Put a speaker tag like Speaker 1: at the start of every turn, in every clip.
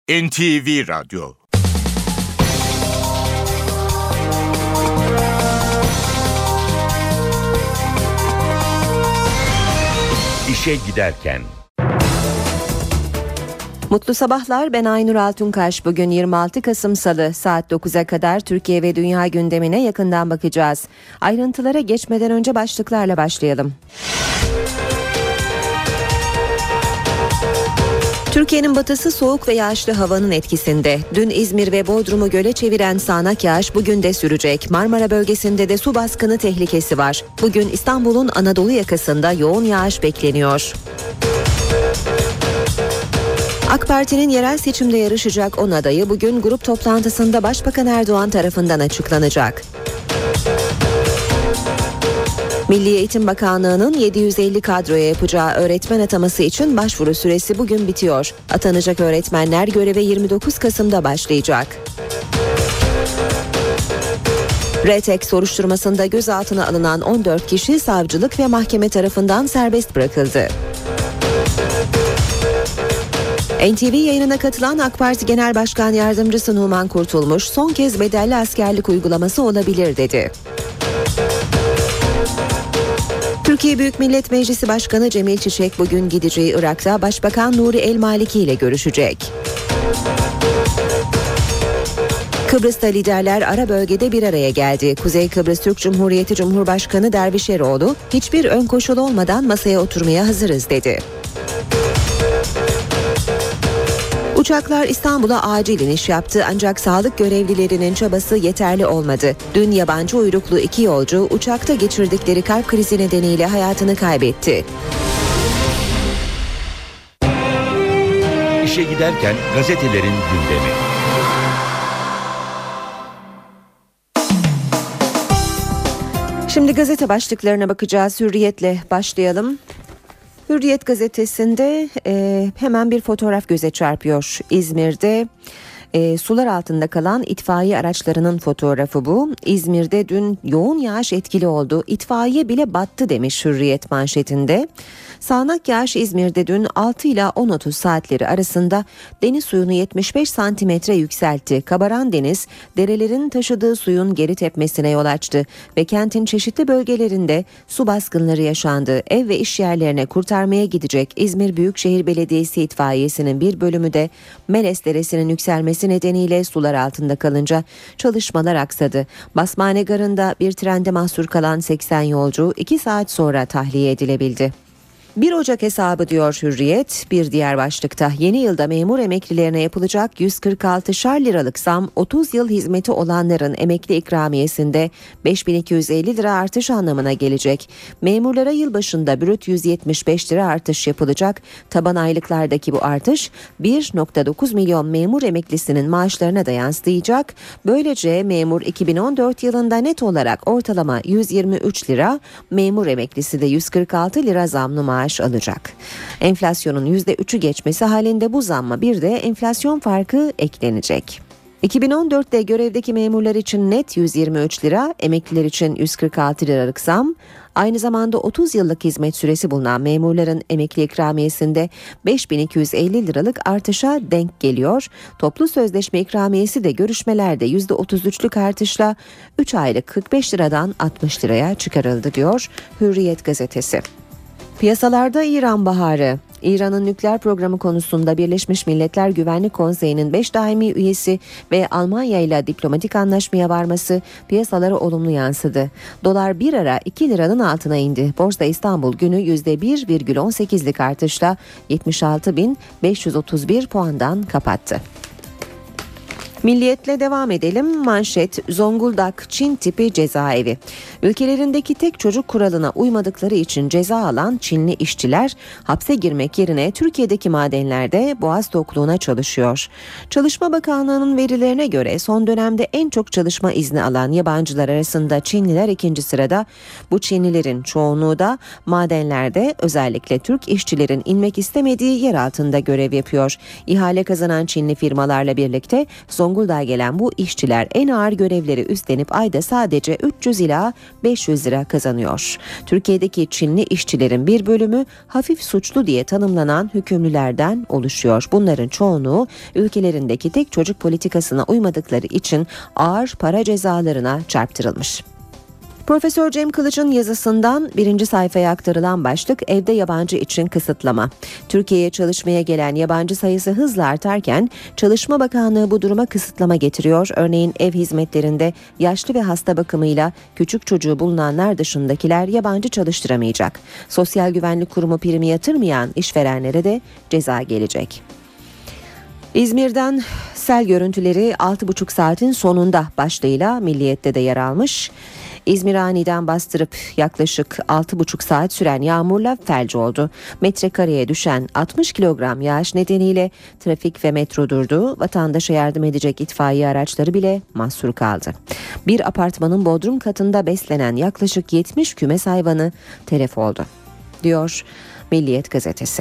Speaker 1: NTV Radyo. İşe giderken.
Speaker 2: Mutlu sabahlar, ben Aynur Altunkaş. Bugün 26 Kasım Salı, saat 9'a kadar Türkiye ve dünya gündemine yakından bakacağız. Ayrıntılara geçmeden önce başlıklarla başlayalım. Türkiye'nin batısı soğuk ve yağışlı havanın etkisinde. Dün İzmir ve Bodrum'u göle çeviren sağanak yağış bugün de sürecek. Marmara bölgesinde de su baskını tehlikesi var. Bugün İstanbul'un Anadolu yakasında yoğun yağış bekleniyor. AK Parti'nin yerel seçimde yarışacak 10 adayı bugün grup toplantısında Başbakan Erdoğan tarafından açıklanacak. Milli Eğitim Bakanlığı'nın 750 kadroya yapacağı öğretmen ataması için başvuru süresi bugün bitiyor. Atanacak öğretmenler göreve 29 Kasım'da başlayacak. RTEK soruşturmasında gözaltına alınan 14 kişi savcılık ve mahkeme tarafından serbest bırakıldı. NTV yayınına katılan AK Parti Genel Başkan Yardımcısı Numan Kurtulmuş son kez bedelli askerlik uygulaması olabilir dedi. Türkiye Büyük Millet Meclisi Başkanı Cemil Çiçek bugün gideceği Irak'ta Başbakan Nuri el-Maliki ile görüşecek. Kıbrıs'ta liderler ara bölgede bir araya geldi. Kuzey Kıbrıs Türk Cumhuriyeti Cumhurbaşkanı Dervişeroğlu, hiçbir ön koşul olmadan masaya oturmaya hazırız dedi. Uçaklar İstanbul'a acil iniş yaptı ancak sağlık görevlilerinin çabası yeterli olmadı. Dün yabancı uyruklu 2 yolcu uçakta geçirdikleri kalp krizi nedeniyle hayatını kaybetti.
Speaker 1: İşe giderken gazetelerin gündemi.
Speaker 2: Şimdi gazete başlıklarına bakacağız. Hürriyet'le başlayalım. Hürriyet gazetesinde hemen bir fotoğraf göze çarpıyor. İzmir'de sular altında kalan itfaiye araçlarının fotoğrafı bu. İzmir'de dün yoğun yağış etkili oldu. İtfaiye bile battı demiş Hürriyet manşetinde. Sağanak yağış İzmir'de dün 6 ila 10.30 saatleri arasında deniz suyunu 75 santimetre yükseltti. Kabaran deniz derelerin taşıdığı suyun geri tepmesine yol açtı ve kentin çeşitli bölgelerinde su baskınları yaşandı. Ev ve iş yerlerine kurtarmaya gidecek İzmir Büyükşehir Belediyesi itfaiyesinin bir bölümü de Meles Deresi'nin yükselmesi nedeniyle sular altında kalınca çalışmalar aksadı. Basmane Garı'nda bir trende mahsur kalan 80 yolcu 2 saat sonra tahliye edilebildi. 1 Ocak hesabı diyor Hürriyet. Bir diğer başlıkta yeni yılda memur emeklilerine yapılacak 146'şar liralık zam 30 yıl hizmeti olanların emekli ikramiyesinde 5.250 lira artış anlamına gelecek. Memurlara yılbaşında brüt 175 lira artış yapılacak. Taban aylıklardaki bu artış 1.9 milyon memur emeklisinin maaşlarına da yansıyacak. Böylece memur 2014 yılında net olarak ortalama 123 lira, memur emeklisi de 146 lira zamlı maaş alacak. Enflasyonun %3'ü geçmesi halinde bu zamma bir de enflasyon farkı eklenecek. 2014'te görevdeki memurlar için net 123 lira, emekliler için 146 liralık zam. Aynı zamanda 30 yıllık hizmet süresi bulunan memurların emekli ikramiyesinde 5.250 liralık artışa denk geliyor. Toplu sözleşme ikramiyesi de görüşmelerde %33'lük artışla 3 aylık 45 liradan 60 liraya çıkarıldı diyor Hürriyet gazetesi. Piyasalarda İran baharı. İran'ın nükleer programı konusunda Birleşmiş Milletler Güvenlik Konseyi'nin 5 daimi üyesi ve Almanya ile diplomatik anlaşmaya varması piyasalara olumlu yansıdı. Dolar bir ara 2 liranın altına indi. Borsa İstanbul günü %1,18'lik artışla 76.531 puandan kapattı. Milliyet'le devam edelim. Manşet Zonguldak Çin tipi cezaevi. Ülkelerindeki tek çocuk kuralına uymadıkları için ceza alan Çinli işçiler hapse girmek yerine Türkiye'deki madenlerde boğaz tokluğuna çalışıyor. Çalışma Bakanlığı'nın verilerine göre son dönemde en çok çalışma izni alan yabancılar arasında Çinliler 2. sırada. Bu Çinlilerin çoğunluğu da madenlerde, özellikle Türk işçilerin inmek istemediği yer altında görev yapıyor. İhale kazanan Çinli firmalarla birlikte Zonguldak Zonguldak'a gelen bu işçiler en ağır görevleri üstlenip ayda sadece 300 ila 500 lira kazanıyor. Türkiye'deki Çinli işçilerin bir bölümü hafif suçlu diye tanımlanan hükümlülerden oluşuyor. Bunların çoğunluğu ülkelerindeki tek çocuk politikasına uymadıkları için ağır para cezalarına çarptırılmış. Profesör Cem Kılıç'ın yazısından birinci sayfaya aktarılan başlık evde yabancı için kısıtlama. Türkiye'ye çalışmaya gelen yabancı sayısı hızla artarken Çalışma Bakanlığı bu duruma kısıtlama getiriyor. Örneğin ev hizmetlerinde yaşlı ve hasta bakımıyla küçük çocuğu bulunanlar dışındakiler yabancı çalıştıramayacak. Sosyal Güvenlik Kurumu primi yatırmayan işverenlere de ceza gelecek. İzmir'den sel görüntüleri 6,5 saatin sonunda başlığıyla Milliyet'te de yer almış. İzmir aniden bastırıp yaklaşık 6,5 saat süren yağmurla felç oldu. Metrekareye düşen 60 kilogram yağış nedeniyle trafik ve metro durdu. Vatandaşa yardım edecek itfaiye araçları bile mahsur kaldı. Bir apartmanın bodrum katında beslenen yaklaşık 70 kümes hayvanı telef oldu, diyor Milliyet gazetesi.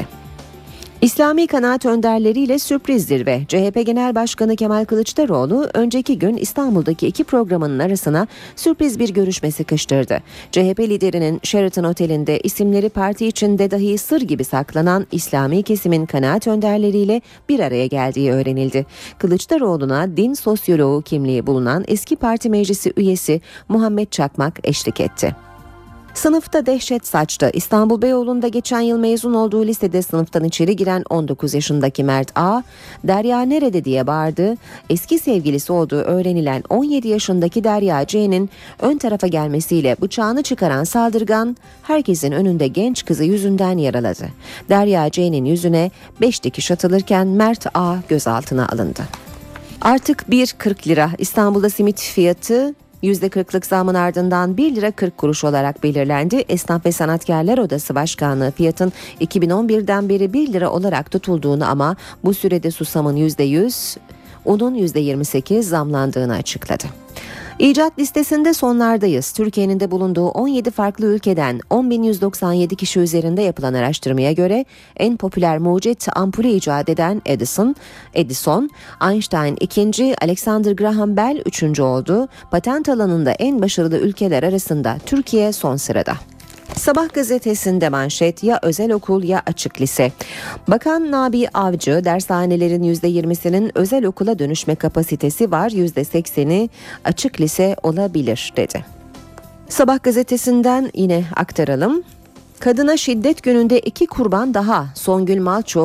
Speaker 2: İslami kanaat önderleriyle sürprizdir ve CHP Genel Başkanı Kemal Kılıçdaroğlu önceki gün İstanbul'daki iki programının arasına sürpriz bir görüşme sıkıştırdı. CHP liderinin Sheraton Oteli'nde isimleri parti içinde dahi sır gibi saklanan İslami kesimin kanaat önderleriyle bir araya geldiği öğrenildi. Kılıçdaroğlu'na din sosyoloğu kimliği bulunan eski parti meclisi üyesi Muhammed Çakmak eşlik etti. Sınıfta dehşet saçtı. İstanbul Beyoğlu'nda geçen yıl mezun olduğu lisede sınıftan içeri giren 19 yaşındaki Mert A, "Derya nerede?" diye bağırdı. Eski sevgilisi olduğu öğrenilen 17 yaşındaki Derya C'nin ön tarafa gelmesiyle bıçağını çıkaran saldırgan herkesin önünde genç kızı yüzünden yaraladı. Derya C'nin yüzüne 5 dikiş atılırken Mert A gözaltına alındı. Artık 1,40 lira. İstanbul'da simit fiyatı %40'lık zamın ardından 1 lira 40 kuruş olarak belirlendi. Esnaf ve Sanatkarlar Odası Başkanı fiyatın 2011'den beri 1 lira olarak tutulduğunu ama bu sürede susamın %100, unun %28 zamlandığını açıkladı. İcat listesinde sonlardayız. Türkiye'nin de bulunduğu 17 farklı ülkeden 10.197 kişi üzerinde yapılan araştırmaya göre en popüler mucit ampulü icat eden Edison, Einstein 2. Alexander Graham Bell 3. oldu. Patent alanında en başarılı ülkeler arasında Türkiye son sırada. Sabah gazetesinde manşet ya özel okul ya açık lise. Bakan Nabi Avcı dershanelerin %20'sinin özel okula dönüşme kapasitesi var, %80'i açık lise olabilir dedi. Sabah gazetesinden yine aktaralım. Kadına şiddet gününde 2 kurban daha. Songül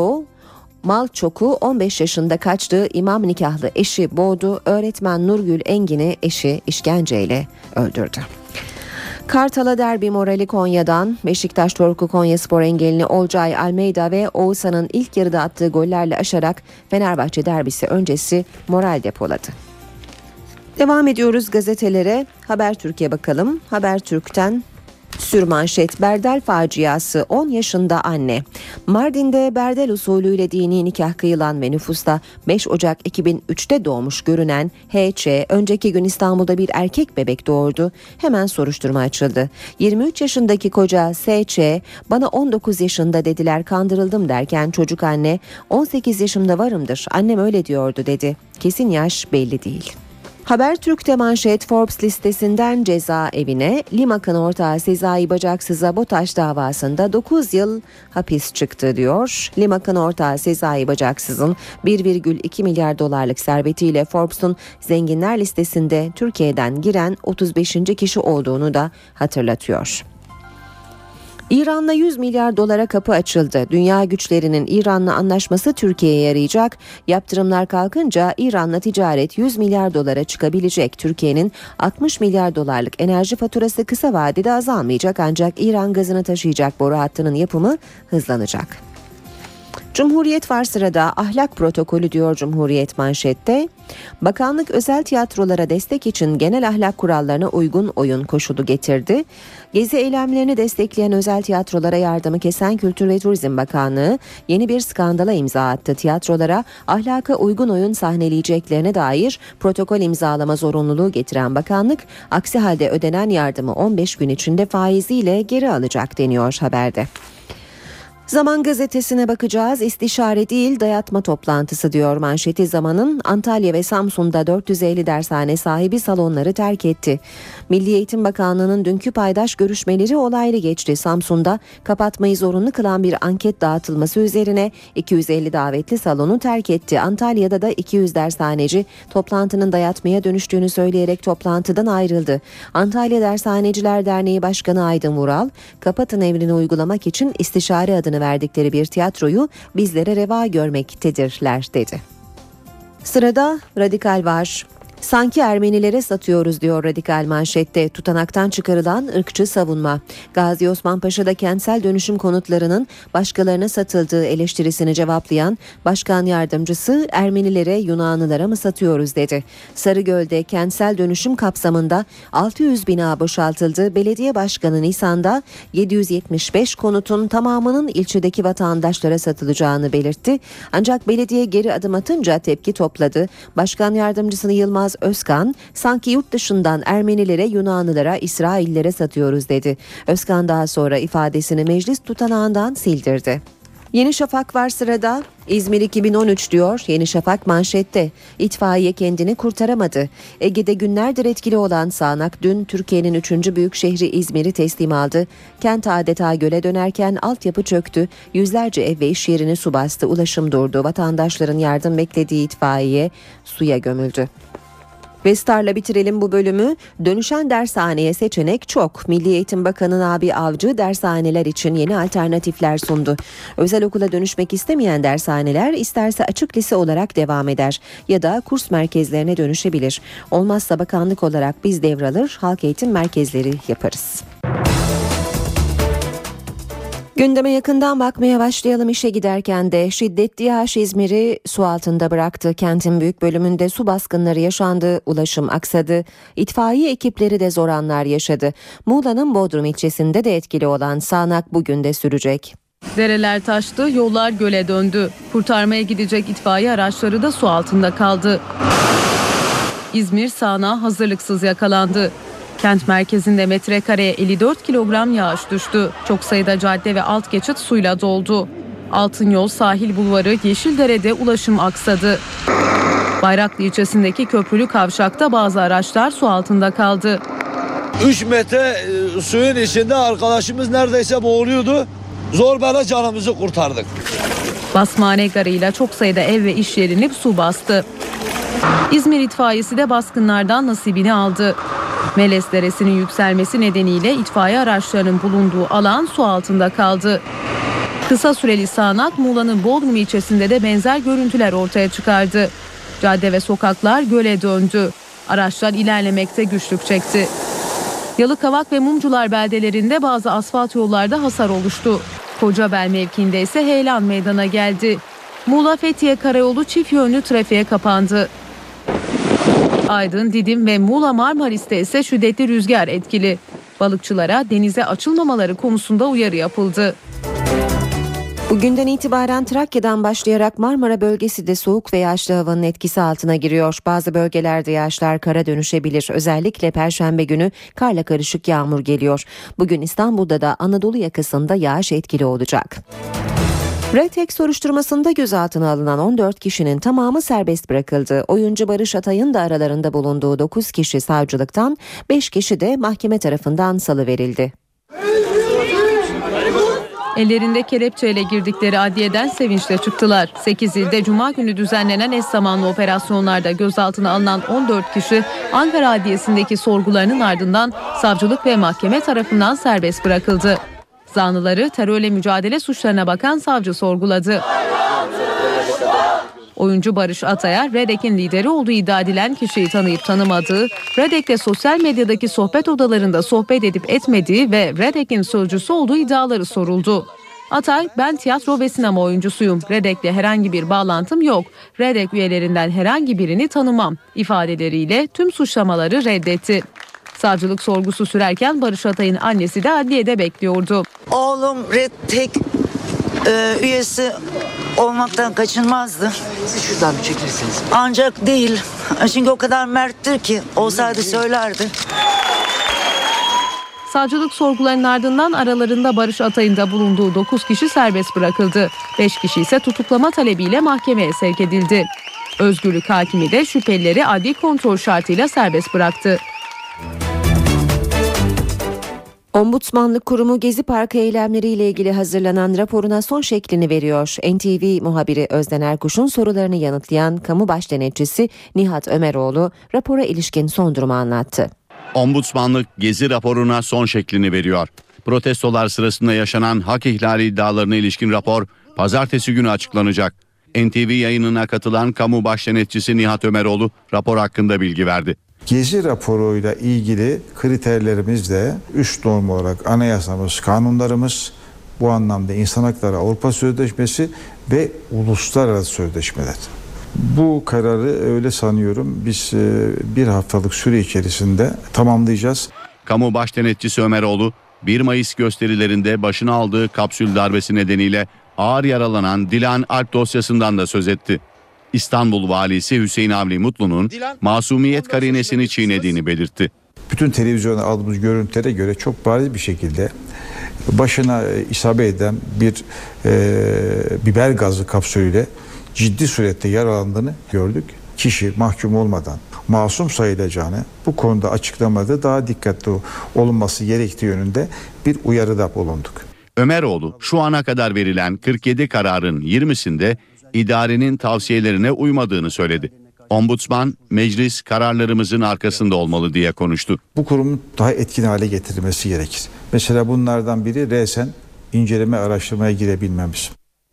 Speaker 2: Malçok'u 15 yaşında kaçtığı imam nikahlı eşi boğdu. Öğretmen Nurgül Engin'i eşi işkenceyle öldürdü. Kartal'a derbi morali Konya'dan. Beşiktaş Torku Konyaspor engelini Olcay Almeida ve Oğuzhan'ın ilk yarıda attığı gollerle aşarak Fenerbahçe derbisi öncesi moral depoladı. Devam ediyoruz gazetelere. Habertürk'e bakalım. Habertürk'ten sürmanşet Berdel faciası 10 yaşında anne. Mardin'de Berdel usulüyle dini nikah kıyılan ve nüfusta 5 Ocak 2003'te doğmuş görünen H.Ç. önceki gün İstanbul'da bir erkek bebek doğurdu. Hemen soruşturma açıldı. 23 yaşındaki koca S.Ç. bana 19 yaşında dediler, kandırıldım derken çocuk anne 18 yaşımda varımdır, annem öyle diyordu dedi. Kesin yaş belli değil. Habertürk'te manşet Forbes listesinden cezaevine, Limak'ın ortağı Sezai Bacaksız'a BOTAŞ davasında 9 yıl hapis çıktı diyor. Limak'ın ortağı Sezai Bacaksız'ın 1,2 milyar dolarlık servetiyle Forbes'un zenginler listesinde Türkiye'den giren 35. kişi olduğunu da hatırlatıyor. İran'la 100 milyar dolara kapı açıldı. Dünya güçlerinin İran'la anlaşması Türkiye'ye yarayacak. Yaptırımlar kalkınca İran'la ticaret 100 milyar dolara çıkabilecek. Türkiye'nin 60 milyar dolarlık enerji faturası kısa vadede azalmayacak, ancak İran gazını taşıyacak boru hattının yapımı hızlanacak. Cumhuriyet var sırada, ahlak protokolü diyor Cumhuriyet manşette. Bakanlık özel tiyatrolara destek için genel ahlak kurallarına uygun oyun koşulu getirdi. Gezi eylemlerini destekleyen özel tiyatrolara yardımı kesen Kültür ve Turizm Bakanlığı yeni bir skandala imza attı. Tiyatrolara ahlaka uygun oyun sahneleyeceklerine dair protokol imzalama zorunluluğu getiren bakanlık, aksi halde ödenen yardımı 15 gün içinde faiziyle geri alacak deniyor haberde. Zaman gazetesine bakacağız. İstişare değil dayatma toplantısı diyor manşeti Zaman'ın. Antalya ve Samsun'da 450 dershane sahibi salonları terk etti. Milli Eğitim Bakanlığı'nın dünkü paydaş görüşmeleri olaylı geçti. Samsun'da kapatmayı zorunlu kılan bir anket dağıtılması üzerine 250 davetli salonu terk etti. Antalya'da da 200 dershaneci toplantının dayatmaya dönüştüğünü söyleyerek toplantıdan ayrıldı. Antalya Dershaneciler Derneği Başkanı Aydın Vural, kapatın emrini uygulamak için istişare adını verdikleri bir tiyatroyu bizlere reva görmektedirler dedi. Sırada Radikal var. Sanki Ermenilere satıyoruz diyor Radikal manşette. Tutanaktan çıkarılan ırkçı savunma. Gazi Osman Paşa'da kentsel dönüşüm konutlarının başkalarına satıldığı eleştirisini cevaplayan Başkan Yardımcısı Ermenilere, Yunanlılara mı satıyoruz dedi. Sarıgöl'de kentsel dönüşüm kapsamında 600 bina boşaltıldı. Belediye Başkanı Nisan'da 775 konutun tamamının ilçedeki vatandaşlara satılacağını belirtti. Ancak belediye geri adım atınca tepki topladı. Başkan Yardımcısı Yılmaz Özkan, sanki yurt dışından Ermenilere, Yunanlılara, İsraillere satıyoruz dedi. Özkan daha sonra ifadesini meclis tutanağından sildirdi. Yeni Şafak var sırada. İzmir 2013 diyor Yeni Şafak manşette. İtfaiye kendini kurtaramadı. Ege'de günlerdir etkili olan sağanak dün Türkiye'nin 3. büyük şehri İzmir'i teslim aldı. Kent adeta göle dönerken altyapı çöktü. Yüzlerce ev ve iş yerini su bastı. Ulaşım durdu. Vatandaşların yardım beklediği itfaiye suya gömüldü. Ve Star'la bitirelim bu bölümü. Dönüşen dershaneye seçenek çok. Milli Eğitim Bakanı Nabi Avcı dershaneler için yeni alternatifler sundu. Özel okula dönüşmek istemeyen dershaneler isterse açık lise olarak devam eder ya da kurs merkezlerine dönüşebilir. Olmazsa bakanlık olarak biz devralır, halk eğitim merkezleri yaparız. Gündeme yakından bakmaya başlayalım. İşe giderken de şiddetli yağış İzmir'i su altında bıraktı. Kentin büyük bölümünde su baskınları yaşandı, ulaşım aksadı. İtfaiye ekipleri de zor anlar yaşadı. Muğla'nın Bodrum ilçesinde de etkili olan sağanak bugün de sürecek.
Speaker 3: Dereler taştı, yollar göle döndü. Kurtarmaya gidecek itfaiye araçları da su altında kaldı. İzmir sağanağa hazırlıksız yakalandı. Kent merkezinde metrekareye 54 kilogram yağış düştü. Çok sayıda cadde ve alt geçit suyla doldu. Altınyol Sahil Bulvarı Yeşildere'de ulaşım aksadı. Bayraklı ilçesindeki köprülü kavşakta bazı araçlar su altında kaldı.
Speaker 4: 3 metre suyun içinde arkadaşımız neredeyse boğuluyordu. Zor bela canımızı kurtardık.
Speaker 3: Basmane garıyla çok sayıda ev ve iş yerini su bastı. İzmir itfaiyesi de baskınlardan nasibini aldı. Meles Deresi'nin yükselmesi nedeniyle itfaiye araçlarının bulunduğu alan su altında kaldı. Kısa süreli sağanak Muğla'nın Bodrum ilçesinde de benzer görüntüler ortaya çıkardı. Cadde ve sokaklar göle döndü. Araçlar ilerlemekte güçlük çekti. Yalıkavak ve Mumcular beldelerinde bazı asfalt yollarda hasar oluştu. Kocabel mevkiinde ise heyelan meydana geldi. Muğla Fethiye Karayolu çift yönlü trafiğe kapandı. Aydın, Didim ve Muğla Marmaris'te ise şiddetli rüzgar etkili. Balıkçılara denize açılmamaları konusunda uyarı yapıldı.
Speaker 2: Bugünden itibaren Trakya'dan başlayarak Marmara bölgesi de soğuk ve yağışlı havanın etkisi altına giriyor. Bazı bölgelerde yağışlar kara dönüşebilir. Özellikle Perşembe günü karla karışık yağmur geliyor. Bugün İstanbul'da da Anadolu yakasında yağış etkili olacak. RETEK soruşturmasında gözaltına alınan 14 kişinin tamamı serbest bırakıldı. Oyuncu Barış Atay'ın da aralarında bulunduğu 9 kişi savcılıktan, 5 kişi de mahkeme tarafından salıverildi.
Speaker 3: Ellerinde kelepçeyle girdikleri adliyeden sevinçle çıktılar. 8 ilde Cuma günü düzenlenen eş zamanlı operasyonlarda gözaltına alınan 14 kişi Ankara Adliyesi'ndeki sorgularının ardından savcılık ve mahkeme tarafından serbest bırakıldı. Zanlıları terörle mücadele suçlarına bakan savcı sorguladı. Oyuncu Barış Atay'a REDEK'in lideri olduğu iddia edilen kişiyi tanıyıp tanımadığı, REDEK'le sosyal medyadaki sohbet odalarında sohbet edip etmediği ve REDEK'in sözcüsü olduğu iddiaları soruldu. Atay, ben tiyatro ve sinema oyuncusuyum. REDEK'le herhangi bir bağlantım yok. REDEK üyelerinden herhangi birini tanımam ifadeleriyle tüm suçlamaları reddetti. Savcılık sorgusu sürerken Barış Atay'ın annesi de adliyede bekliyordu.
Speaker 5: Oğlum REDEK üyesi olmaktan kaçınmazdı.
Speaker 6: Siz şuradan bir çekilirsiniz.
Speaker 5: Ancak değil. Çünkü o kadar merttir ki olsaydı söylerdi.
Speaker 3: Savcılık sorgularının ardından aralarında Barış Atay'ın da bulunduğu 9 kişi serbest bırakıldı. 5 kişi ise tutuklama talebiyle mahkemeye sevk edildi. Özgürlük hakimi de şüphelileri adli kontrol şartıyla serbest bıraktı.
Speaker 2: Ombudsmanlık Kurumu Gezi Parkı eylemleriyle ilgili hazırlanan raporuna son şeklini veriyor. NTV muhabiri Özden Erkuş'un sorularını yanıtlayan kamu başdenetçisi Nihat Ömeroğlu rapora ilişkin son durumu anlattı.
Speaker 7: Ombudsmanlık Gezi raporuna son şeklini veriyor. Protestolar sırasında yaşanan hak ihlali iddialarına ilişkin rapor pazartesi günü açıklanacak. NTV yayınına katılan kamu başdenetçisi Nihat Ömeroğlu rapor hakkında bilgi verdi.
Speaker 8: Gezi raporuyla ilgili kriterlerimiz de üst norm olarak anayasamız, kanunlarımız, bu anlamda İnsan Hakları Avrupa Sözleşmesi ve uluslararası sözleşmeler. Bu kararı öyle sanıyorum biz bir haftalık süre içerisinde tamamlayacağız.
Speaker 7: Kamu başdenetçisi Ömeroğlu 1 Mayıs gösterilerinde başına aldığı kapsül darbesi nedeniyle ağır yaralanan Dilan Alp dosyasından da söz etti. İstanbul Valisi Hüseyin Avni Mutlu'nun masumiyet karinesini çiğnediğini belirtti.
Speaker 8: Bütün televizyonda aldığımız görüntülere göre çok bariz bir şekilde başına isabet eden bir biber gazı kapsülüyle ciddi surette yaralandığını gördük. Kişi mahkum olmadan masum sayılacağını bu konuda açıklamada daha dikkatli olunması gerektiği yönünde bir uyarıda bulunduk.
Speaker 7: Ömeroğlu şu ana kadar verilen 47 kararın 20'sinde idarenin tavsiyelerine uymadığını söyledi. Ombudsman, meclis kararlarımızın arkasında olmalı diye konuştu.
Speaker 8: Bu kurumun daha etkin hale getirilmesi gerekir. Mesela bunlardan biri resen inceleme araştırmaya girebilmemiz.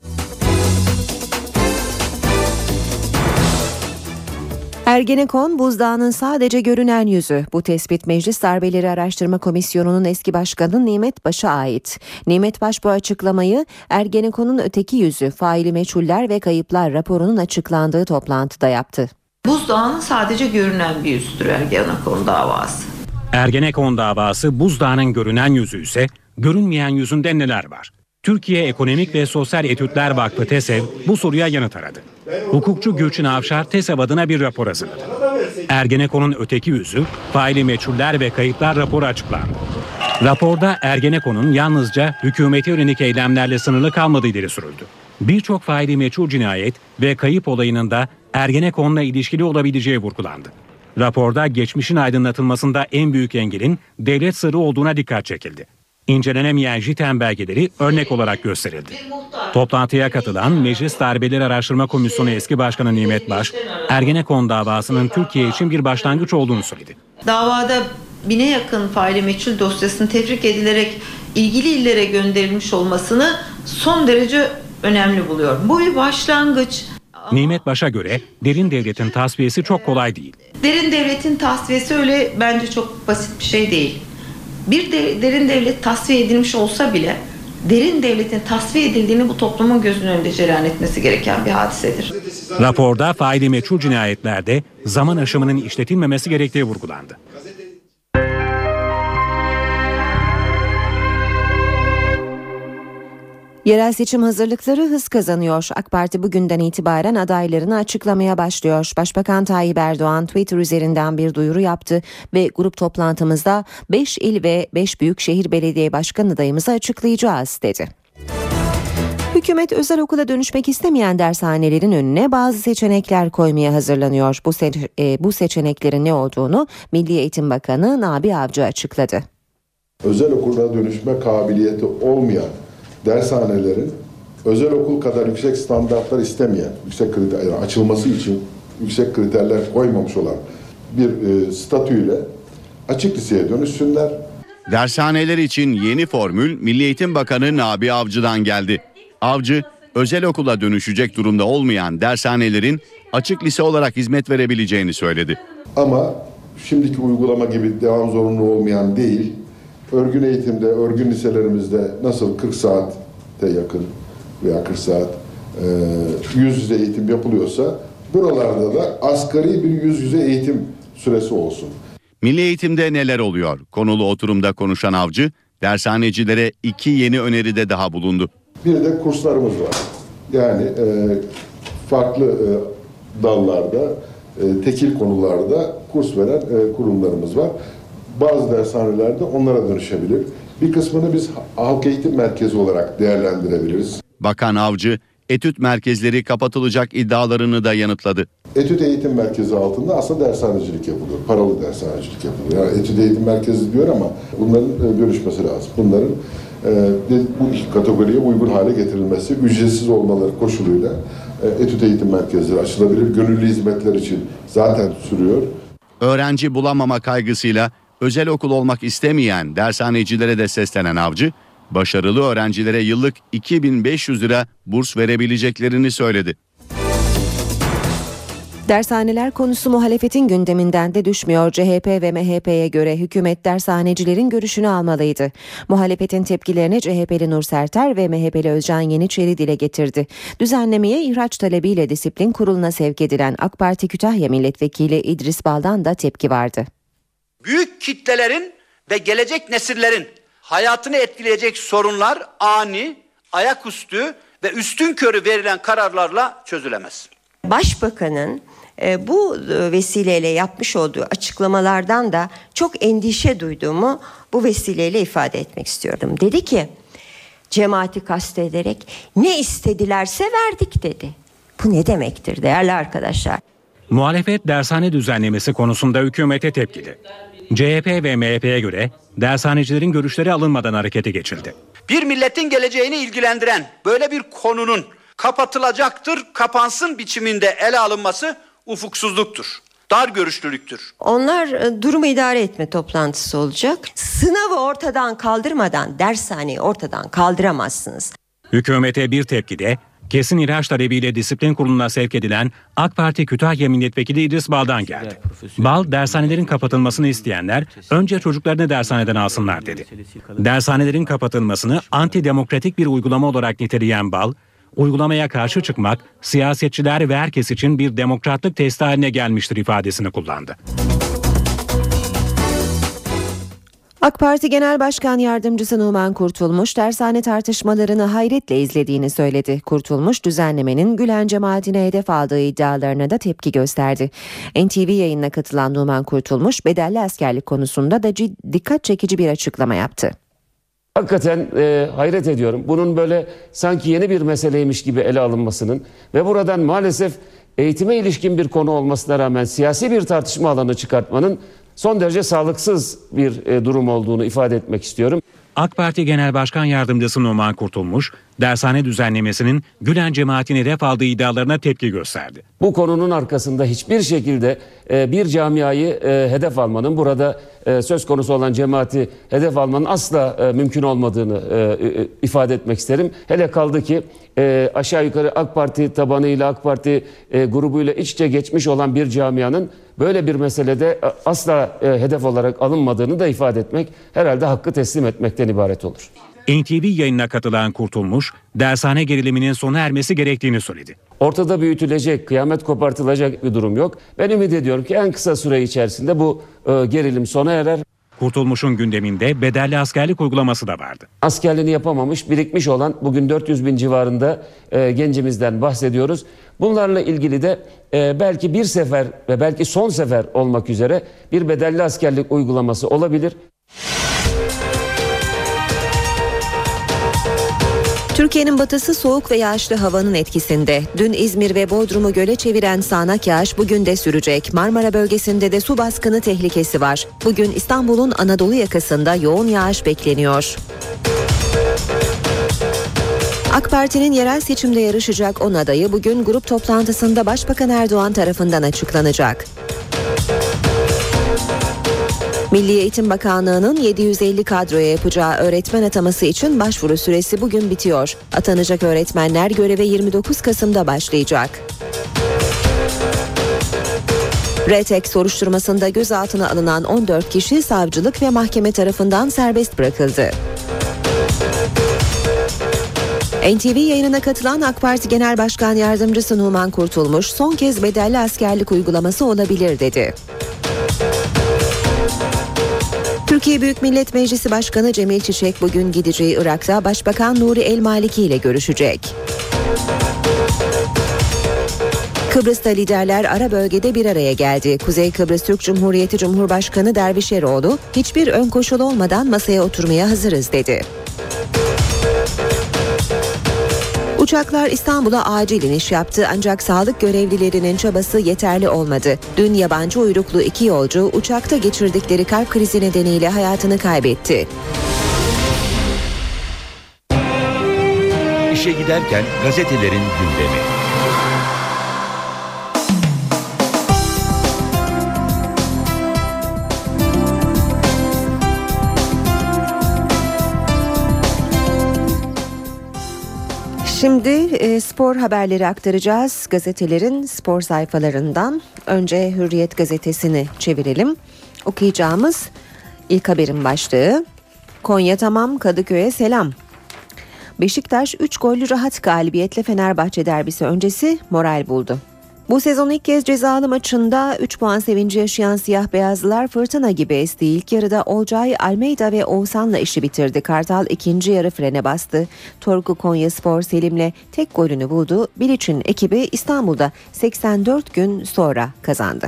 Speaker 2: Ergenekon buzdağının sadece görünen yüzü. Bu tespit Meclis Darbeleri Araştırma Komisyonu'nun eski başkanı Nimet Baş'a ait. Nimet Baş bu açıklamayı Ergenekon'un öteki yüzü faili meçhuller ve kayıplar raporunun açıklandığı toplantıda yaptı.
Speaker 9: Buzdağının sadece görünen bir yüzüdür Ergenekon davası.
Speaker 10: Ergenekon davası buzdağının görünen yüzü ise görünmeyen yüzünde neler var? Türkiye Ekonomik ve Sosyal Etütler Vakfı TESEV bu soruya yanıt aradı. Hukukçu Gülçin Avşar TESEV adına bir rapor hazırladı. Ergenekon'un öteki yüzü, faili meçhuller ve kayıplar raporu açıklandı. Raporda Ergenekon'un yalnızca hükümete yönelik eylemlerle sınırlı kalmadığı ileri sürüldü. Birçok faili meçhul cinayet ve kayıp olayının da Ergenekon'la ilişkili olabileceği vurgulandı. Raporda geçmişin aydınlatılmasında en büyük engelin devlet sırrı olduğuna dikkat çekildi. İncelenemeyen JITEM belgeleri örnek olarak gösterildi. Toplantıya katılan Meclis Darbeleri Araştırma Komisyonu eski başkanı Nimet Baş, Ergenekon davasının Türkiye için bir başlangıç olduğunu söyledi.
Speaker 9: Davada 1000'e yakın faili meçhul dosyasının tefrik edilerek ilgili illere gönderilmiş olmasını son derece önemli buluyorum. Bu bir başlangıç.
Speaker 10: Nimet Baş'a göre derin devletin tasfiyesi çok kolay değil.
Speaker 9: Derin devletin tasfiyesi öyle bence çok basit bir şey değil. Bir derin devlet tasfiye edilmiş olsa bile derin devletin tasfiye edildiğini bu toplumun gözünün önünde cereyan etmesi gereken bir hadisedir.
Speaker 10: Raporda faili meçhul cinayetlerde zaman aşımının işletilmemesi gerektiği vurgulandı.
Speaker 2: Yerel seçim hazırlıkları hız kazanıyor. AK Parti bugünden itibaren adaylarını açıklamaya başlıyor. Başbakan Tayyip Erdoğan Twitter üzerinden bir duyuru yaptı ve grup toplantımızda 5 il ve 5 büyükşehir belediye başkan adayımızı açıklayacağız dedi. Hükümet özel okula dönüşmek istemeyen dershanelerin önüne bazı seçenekler koymaya hazırlanıyor. Bu seçeneklerin ne olduğunu Milli Eğitim Bakanı Nabi Avcı açıkladı.
Speaker 11: Özel okula dönüşme kabiliyeti olmayan dershanelerin özel okul kadar yüksek standartlar istemeyen, yüksek kriter, yani açılması için yüksek kriterler koymamış olan bir statüyle açık liseye dönüşsünler.
Speaker 7: Dershaneler için yeni formül Milli Eğitim Bakanı Nabi Avcı'dan geldi. Avcı, özel okula dönüşecek durumda olmayan dershanelerin açık lise olarak hizmet verebileceğini söyledi.
Speaker 11: Ama şimdiki uygulama gibi devam zorunlu olmayan değil, örgün eğitimde, örgün liselerimizde nasıl 40 saate yakın veya 40 saat yüz yüze eğitim yapılıyorsa buralarda da asgari bir yüz yüze eğitim süresi olsun.
Speaker 7: Milli eğitimde neler oluyor? Konulu oturumda konuşan Avcı, dershanecilere 2 yeni öneride daha bulundu.
Speaker 11: Bir de kurslarımız var. Yani farklı dallarda, tekil konularda kurs veren kurumlarımız var. Bazı dershanelerde onlara dönüşebilir. Bir kısmını biz halk eğitim merkezi olarak değerlendirebiliriz.
Speaker 7: Bakan Avcı, etüt merkezleri kapatılacak iddialarını da yanıtladı.
Speaker 11: Etüt eğitim merkezi altında aslında dershanecilik yapılıyor. Paralı dershanecilik yapılıyor. Yani etüt eğitim merkezi diyor ama bunların dönüşmesi lazım. Bunların bu iki kategoriye uygun hale getirilmesi, ücretsiz olmaları koşuluyla etüt eğitim merkezleri açılabilir. Gönüllü hizmetler için zaten sürüyor.
Speaker 7: Öğrenci bulamama kaygısıyla özel okul olmak istemeyen dershanecilere de seslenen Avcı, başarılı öğrencilere yıllık 2.500 lira burs verebileceklerini söyledi.
Speaker 2: Dershaneler konusu muhalefetin gündeminden de düşmüyor. CHP ve MHP'ye göre hükümet dershanecilerin görüşünü almalıydı. Muhalefetin tepkilerini CHP'li Nur Serter ve MHP'li Özcan Yeniçeri dile getirdi. Düzenlemeye ihraç talebiyle disiplin kuruluna sevk edilen AK Parti Kütahya Milletvekili İdris Bal'dan da tepki vardı.
Speaker 12: Büyük kitlelerin ve gelecek nesillerin hayatını etkileyecek sorunlar ani, ayaküstü ve üstünkörü verilen kararlarla çözülemez.
Speaker 13: Başbakanın bu vesileyle yapmış olduğu açıklamalardan da çok endişe duyduğumu bu vesileyle ifade etmek istiyorum. Dedi ki, cemaati kastederek ne istedilerse verdik dedi. Bu ne demektir değerli arkadaşlar?
Speaker 10: Muhalefet dershane düzenlemesi konusunda hükümete tepkili. CHP ve MHP'ye göre dershanecilerin görüşleri alınmadan harekete geçildi.
Speaker 12: Bir milletin geleceğini ilgilendiren böyle bir konunun kapatılacaktır, kapansın biçiminde ele alınması ufuksuzluktur, dar görüşlülüktür.
Speaker 13: Onlar durumu idare etme toplantısı olacak. Sınavı ortadan kaldırmadan dershaneyi ortadan kaldıramazsınız.
Speaker 10: Hükümete bir tepki de kesin ihraç talebiyle disiplin kuruluna sevk edilen AK Parti Kütahya Milletvekili İdris Bal'dan geldi. Bal, dershanelerin kapatılmasını isteyenler önce çocuklarını dershaneden alsınlar dedi. Dershanelerin kapatılmasını antidemokratik bir uygulama olarak niteleyen Bal, uygulamaya karşı çıkmak siyasetçiler ve herkes için bir demokratlık testi haline gelmiştir ifadesini kullandı.
Speaker 2: AK Parti Genel Başkan Yardımcısı Numan Kurtulmuş dershane tartışmalarını hayretle izlediğini söyledi. Kurtulmuş düzenlemenin Gülen cemaatine hedef aldığı iddialarına da tepki gösterdi. NTV yayınına katılan Numan Kurtulmuş bedelli askerlik konusunda da dikkat çekici bir açıklama yaptı.
Speaker 14: Hakikaten hayret ediyorum. Bunun böyle sanki yeni bir meseleymiş gibi ele alınmasının ve buradan maalesef eğitime ilişkin bir konu olmasına rağmen siyasi bir tartışma alanı çıkartmanın son derece sağlıksız bir durum olduğunu ifade etmek istiyorum.
Speaker 10: AK Parti Genel Başkan Yardımcısı Numan Kurtulmuş, dershane düzenlemesinin Gülen cemaatine hedef aldığı iddialarına tepki gösterdi.
Speaker 14: Bu konunun arkasında hiçbir şekilde bir camiayı hedef almanın, burada söz konusu olan cemaati hedef almanın asla mümkün olmadığını ifade etmek isterim. Hele kaldı ki aşağı yukarı AK Parti tabanıyla, AK Parti grubuyla iç içe geçmiş olan bir camianın böyle bir meselede asla hedef olarak alınmadığını da ifade etmek herhalde hakkı teslim etmekten ibaret olur.
Speaker 10: NTV yayınına katılan Kurtulmuş, dershane geriliminin sona ermesi gerektiğini söyledi.
Speaker 14: Ortada büyütülecek, kıyamet kopartılacak bir durum yok. Ben ümit ediyorum ki en kısa süre içerisinde bu gerilim sona erer.
Speaker 10: Kurtulmuş'un gündeminde bedelli askerlik uygulaması da vardı.
Speaker 14: Askerliğini yapamamış, birikmiş olan bugün 400 bin civarında gencimizden bahsediyoruz. Bunlarla ilgili de belki bir sefer ve belki son sefer olmak üzere bir bedelli askerlik uygulaması olabilir.
Speaker 2: Türkiye'nin batısı soğuk ve yağışlı havanın etkisinde. Dün İzmir ve Bodrum'u göle çeviren sağanak yağış bugün de sürecek. Marmara bölgesinde de su baskını tehlikesi var. Bugün İstanbul'un Anadolu yakasında yoğun yağış bekleniyor. AK Parti'nin yerel seçimde yarışacak 10 adayı bugün grup toplantısında Başbakan Erdoğan tarafından açıklanacak. Milli Eğitim Bakanlığı'nın 750 kadroya yapacağı öğretmen ataması için başvuru süresi bugün bitiyor. Atanacak öğretmenler göreve 29 Kasım'da başlayacak. RTEK soruşturmasında gözaltına alınan 14 kişi savcılık ve mahkeme tarafından serbest bırakıldı. NTV yayınına katılan AK Parti Genel Başkan Yardımcısı Numan Kurtulmuş son kez bedelli askerlik uygulaması olabilir dedi. Türkiye Büyük Millet Meclisi Başkanı Cemil Çiçek bugün gideceği Irak'ta Başbakan Nuri El Maliki ile görüşecek. Kıbrıs'ta liderler ara bölgede bir araya geldi. Kuzey Kıbrıs Türk Cumhuriyeti Cumhurbaşkanı Dervişeroğlu, hiçbir ön koşul olmadan masaya oturmaya hazırız dedi. Uçaklar İstanbul'a acil iniş yaptı ancak sağlık görevlilerinin çabası yeterli olmadı. Dün yabancı uyruklu 2 yolcu uçakta geçirdikleri kalp krizi nedeniyle hayatını kaybetti.
Speaker 1: İşe giderken gazetelerin gündemi.
Speaker 2: Şimdi spor haberleri aktaracağız gazetelerin spor sayfalarından. Önce Hürriyet gazetesini çevirelim. Okuyacağımız ilk haberin başlığı: Konya tamam, Kadıköy'e selam. Beşiktaş 3 gollü rahat galibiyetle Fenerbahçe derbisi öncesi moral buldu. Bu sezon ilk kez cezalı maçında 3 puan sevinci yaşayan siyah beyazlılar fırtına gibi esti. İlk yarıda Olcay, Almeida ve Oğuzhan'la işi bitirdi. Kartal ikinci yarı frene bastı. Torku Konyaspor Selim'le tek golünü buldu. Bilic'in ekibi İstanbul'da 84 gün sonra kazandı.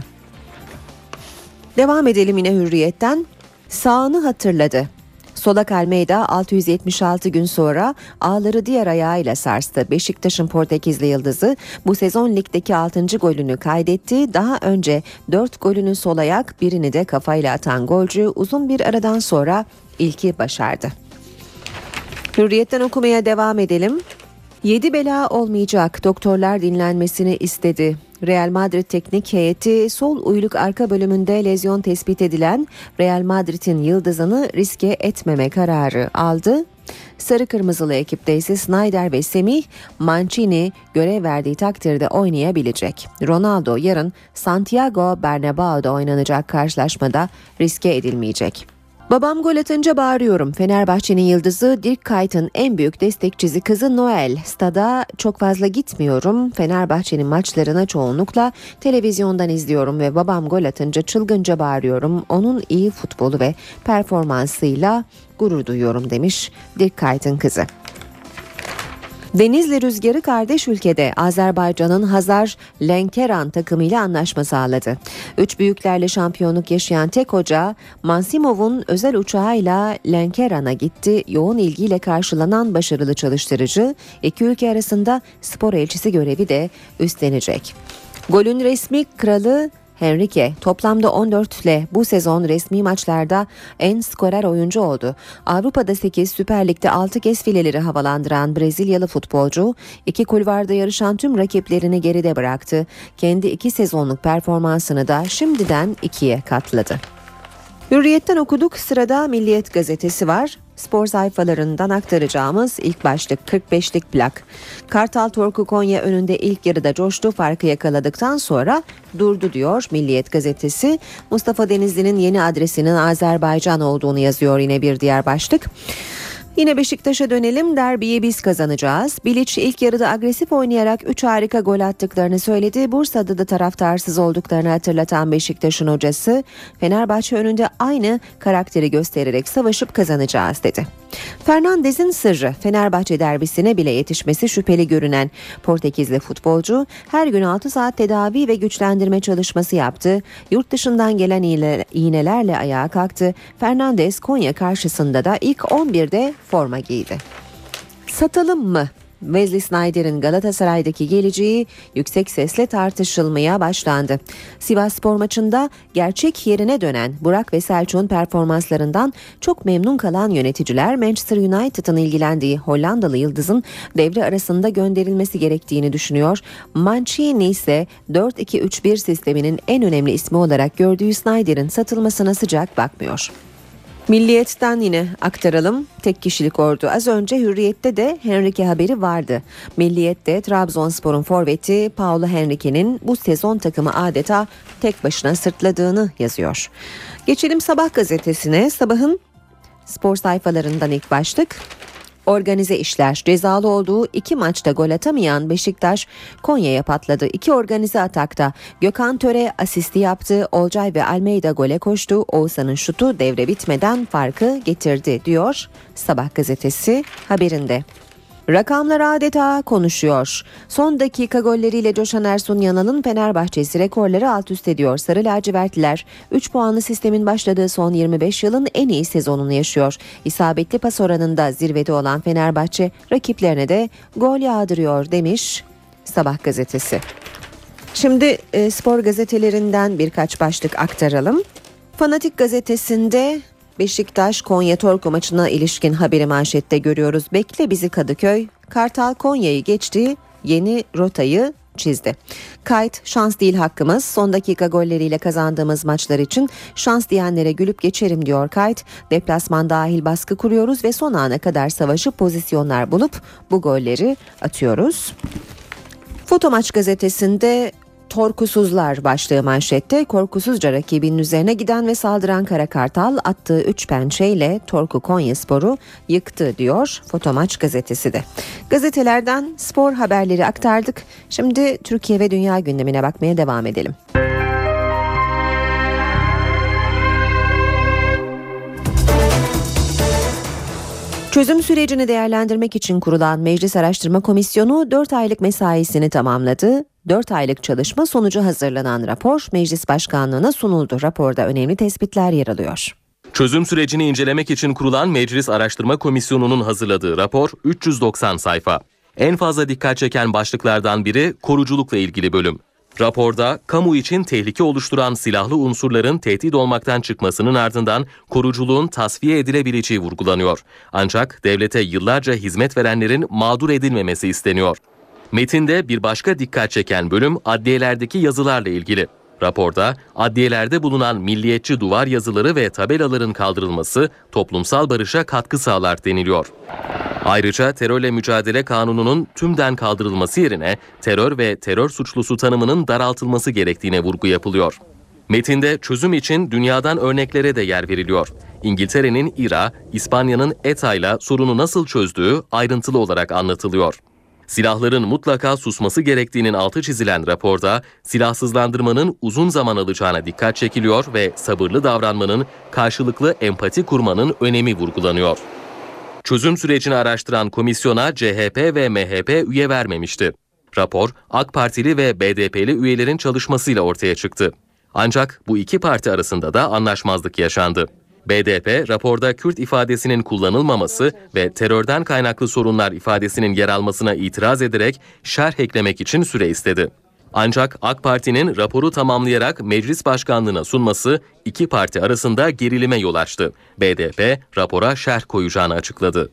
Speaker 2: Devam edelim yine Hürriyet'ten. Sağını hatırladı. Solak Almeida 676 gün sonra ağları diğer ayağıyla sarstı. Beşiktaş'ın Portekizli yıldızı bu sezon ligdeki 6. golünü kaydetti. Daha önce 4 golünü sol ayak, birini de kafayla atan golcü uzun bir aradan sonra ilki başardı. Hürriyet'ten okumaya devam edelim. 7 bela olmayacak, doktorlar dinlenmesini istedi. Real Madrid teknik heyeti sol uyluk arka bölümünde lezyon tespit edilen Real Madrid'in yıldızını riske etmeme kararı aldı. Sarı kırmızılı ekipte ise Sneijder ve Semih, Mancini görev verdiği takdirde oynayabilecek. Ronaldo yarın Santiago Bernabéu'da oynanacak karşılaşmada riske edilmeyecek. Babam gol atınca bağırıyorum. Fenerbahçe'nin yıldızı Dirk Kuyt'ın en büyük destekçisi kızı Noel. Stada çok fazla gitmiyorum. Fenerbahçe'nin maçlarına çoğunlukla televizyondan izliyorum ve babam gol atınca çılgınca bağırıyorum. Onun iyi futbolu ve performansıyla gurur duyuyorum demiş Dirk Kuyt'ın kızı. Denizli Rüzgarı kardeş ülkede Azerbaycan'ın Hazar Lenkeran takımıyla anlaşma sağladı. 3 büyüklerle şampiyonluk yaşayan tek hoca Mansimov'un özel uçağıyla Lenkeran'a gitti. Yoğun ilgiyle karşılanan başarılı çalıştırıcı iki ülke arasında spor elçisi görevi de üstlenecek. Golün resmi kralı Henrique toplamda 14 ile bu sezon resmi maçlarda en skorer oyuncu oldu. Avrupa'da 8, Süper Lig'de 6 kez fileleri havalandıran Brezilyalı futbolcu, 2 kulvarda yarışan tüm rakiplerini geride bıraktı. Kendi 2 sezonluk performansını da şimdiden 2'ye katladı. Hürriyet'ten okuduk, sırada Milliyet gazetesi var. Spor sayfalarından aktaracağımız ilk başlık 45'lik plak. Kartal Torku Konya önünde ilk yarıda coştu, farkı yakaladıktan sonra durdu diyor Milliyet gazetesi. Mustafa Denizli'nin yeni adresinin Azerbaycan olduğunu yazıyor yine bir diğer başlık. Yine Beşiktaş'a dönelim, derbiyi biz kazanacağız. Bilic ilk yarıda agresif oynayarak 3 harika gol attıklarını söyledi. Bursa'da da taraftarsız olduklarını hatırlatan Beşiktaş'ın hocası, Fenerbahçe önünde aynı karakteri göstererek savaşıp kazanacağız dedi. Fernandez'in sırrı, Fenerbahçe derbisine bile yetişmesi şüpheli görünen Portekizli futbolcu her gün 6 saat tedavi ve güçlendirme çalışması yaptı. Yurt dışından gelen iğnelerle ayağa kalktı. Fernandez Konya karşısında da ilk 11'de forma giydi. Satalım mı? Wesley Sneijder'in Galatasaray'daki geleceği yüksek sesle tartışılmaya başlandı. Sivasspor maçında gerçek yerine dönen Burak ve Selçuk'un performanslarından çok memnun kalan yöneticiler Manchester United'ın ilgilendiği Hollandalı yıldızın devre arasında gönderilmesi gerektiğini düşünüyor. Mancini ise 4-2-3-1 sisteminin en önemli ismi olarak gördüğü Sneijder'in satılmasına sıcak bakmıyor. Milliyet'ten yine aktaralım. Tek kişilik ordu. Az önce Hürriyet'te de Henrique haberi vardı. Milliyet'te Trabzonspor'un forveti Paulo Henrique'nin bu sezon takımı adeta tek başına sırtladığını yazıyor. Geçelim Sabah gazetesine. Sabah'ın spor sayfalarından ilk başlık. Organize işler. Cezalı olduğu 2 maçta gol atamayan Beşiktaş Konya'ya patladı. 2 organize atakta Gökhan Töre asisti yaptı. Olcay ve Almeida gole koştu. Oğuzhan'ın şutu devre bitmeden farkı getirdi diyor Sabah gazetesi haberinde. Rakamlar adeta konuşuyor. Son dakika golleriyle coşan Ersun Yanal'ın Fenerbahçesi rekorları alt üst ediyor. Sarı lacivertliler 3 puanlı sistemin başladığı son 25 yılın en iyi sezonunu yaşıyor. İsabetli pas oranında zirvede olan Fenerbahçe rakiplerine de gol yağdırıyor demiş Sabah gazetesi. Şimdi spor gazetelerinden birkaç başlık aktaralım. Fanatik gazetesinde Beşiktaş Konya Torku maçına ilişkin haberi manşette görüyoruz. Bekle bizi Kadıköy. Kartal Konya'yı geçti, yeni rotayı çizdi. Kayıt şans değil hakkımız. Son dakika golleriyle kazandığımız maçlar için şans diyenlere gülüp geçerim diyor Kayıt. Deplasman dahil baskı kuruyoruz ve son ana kadar savaşıp pozisyonlar bulup bu golleri atıyoruz. Fotomaç gazetesinde Torkusuzlar başlığı manşette. Korkusuzca rakibinin üzerine giden ve saldıran Kara Kartal attığı 3 pençeyle Torku Konyaspor'u yıktı diyor Fotomaç gazetesi de. Gazetelerden spor haberleri aktardık. Şimdi Türkiye ve dünya gündemine bakmaya devam edelim. Çözüm sürecini değerlendirmek için kurulan Meclis Araştırma Komisyonu 4 aylık mesaisini tamamladı. 4 aylık çalışma sonucu hazırlanan rapor Meclis Başkanlığı'na sunuldu. Raporda önemli tespitler yer alıyor.
Speaker 15: Çözüm sürecini incelemek için kurulan Meclis Araştırma Komisyonu'nun hazırladığı rapor 390 sayfa. En fazla dikkat çeken başlıklardan biri koruculukla ilgili bölüm. Raporda kamu için tehlike oluşturan silahlı unsurların tehdit olmaktan çıkmasının ardından koruculuğun tasfiye edilebileceği vurgulanıyor. Ancak devlete yıllarca hizmet verenlerin mağdur edilmemesi isteniyor. Metinde bir başka dikkat çeken bölüm adliyelerdeki yazılarla ilgili. Raporda adliyelerde bulunan milliyetçi duvar yazıları ve tabelaların kaldırılması toplumsal barışa katkı sağlar deniliyor. Ayrıca terörle mücadele kanununun tümden kaldırılması yerine terör ve terör suçlusu tanımının daraltılması gerektiğine vurgu yapılıyor. Metinde çözüm için dünyadan örneklere de yer veriliyor. İngiltere'nin İRA, İspanya'nın ETA'yla sorunu nasıl çözdüğü ayrıntılı olarak anlatılıyor. Silahların mutlaka susması gerektiğinin altı çizilen raporda silahsızlandırmanın uzun zaman alacağına dikkat çekiliyor ve sabırlı davranmanın, karşılıklı empati kurmanın önemi vurgulanıyor. Çözüm sürecini araştıran komisyona CHP ve MHP üye vermemişti. Rapor, AK Partili ve BDP'li üyelerin çalışmasıyla ortaya çıktı. Ancak bu iki parti arasında da anlaşmazlık yaşandı. BDP, raporda Kürt ifadesinin kullanılmaması ve terörden kaynaklı sorunlar ifadesinin yer almasına itiraz ederek şerh eklemek için süre istedi. Ancak AK Parti'nin raporu tamamlayarak meclis başkanlığına sunması iki parti arasında gerilime yol açtı. BDP, rapora şerh koyacağını açıkladı.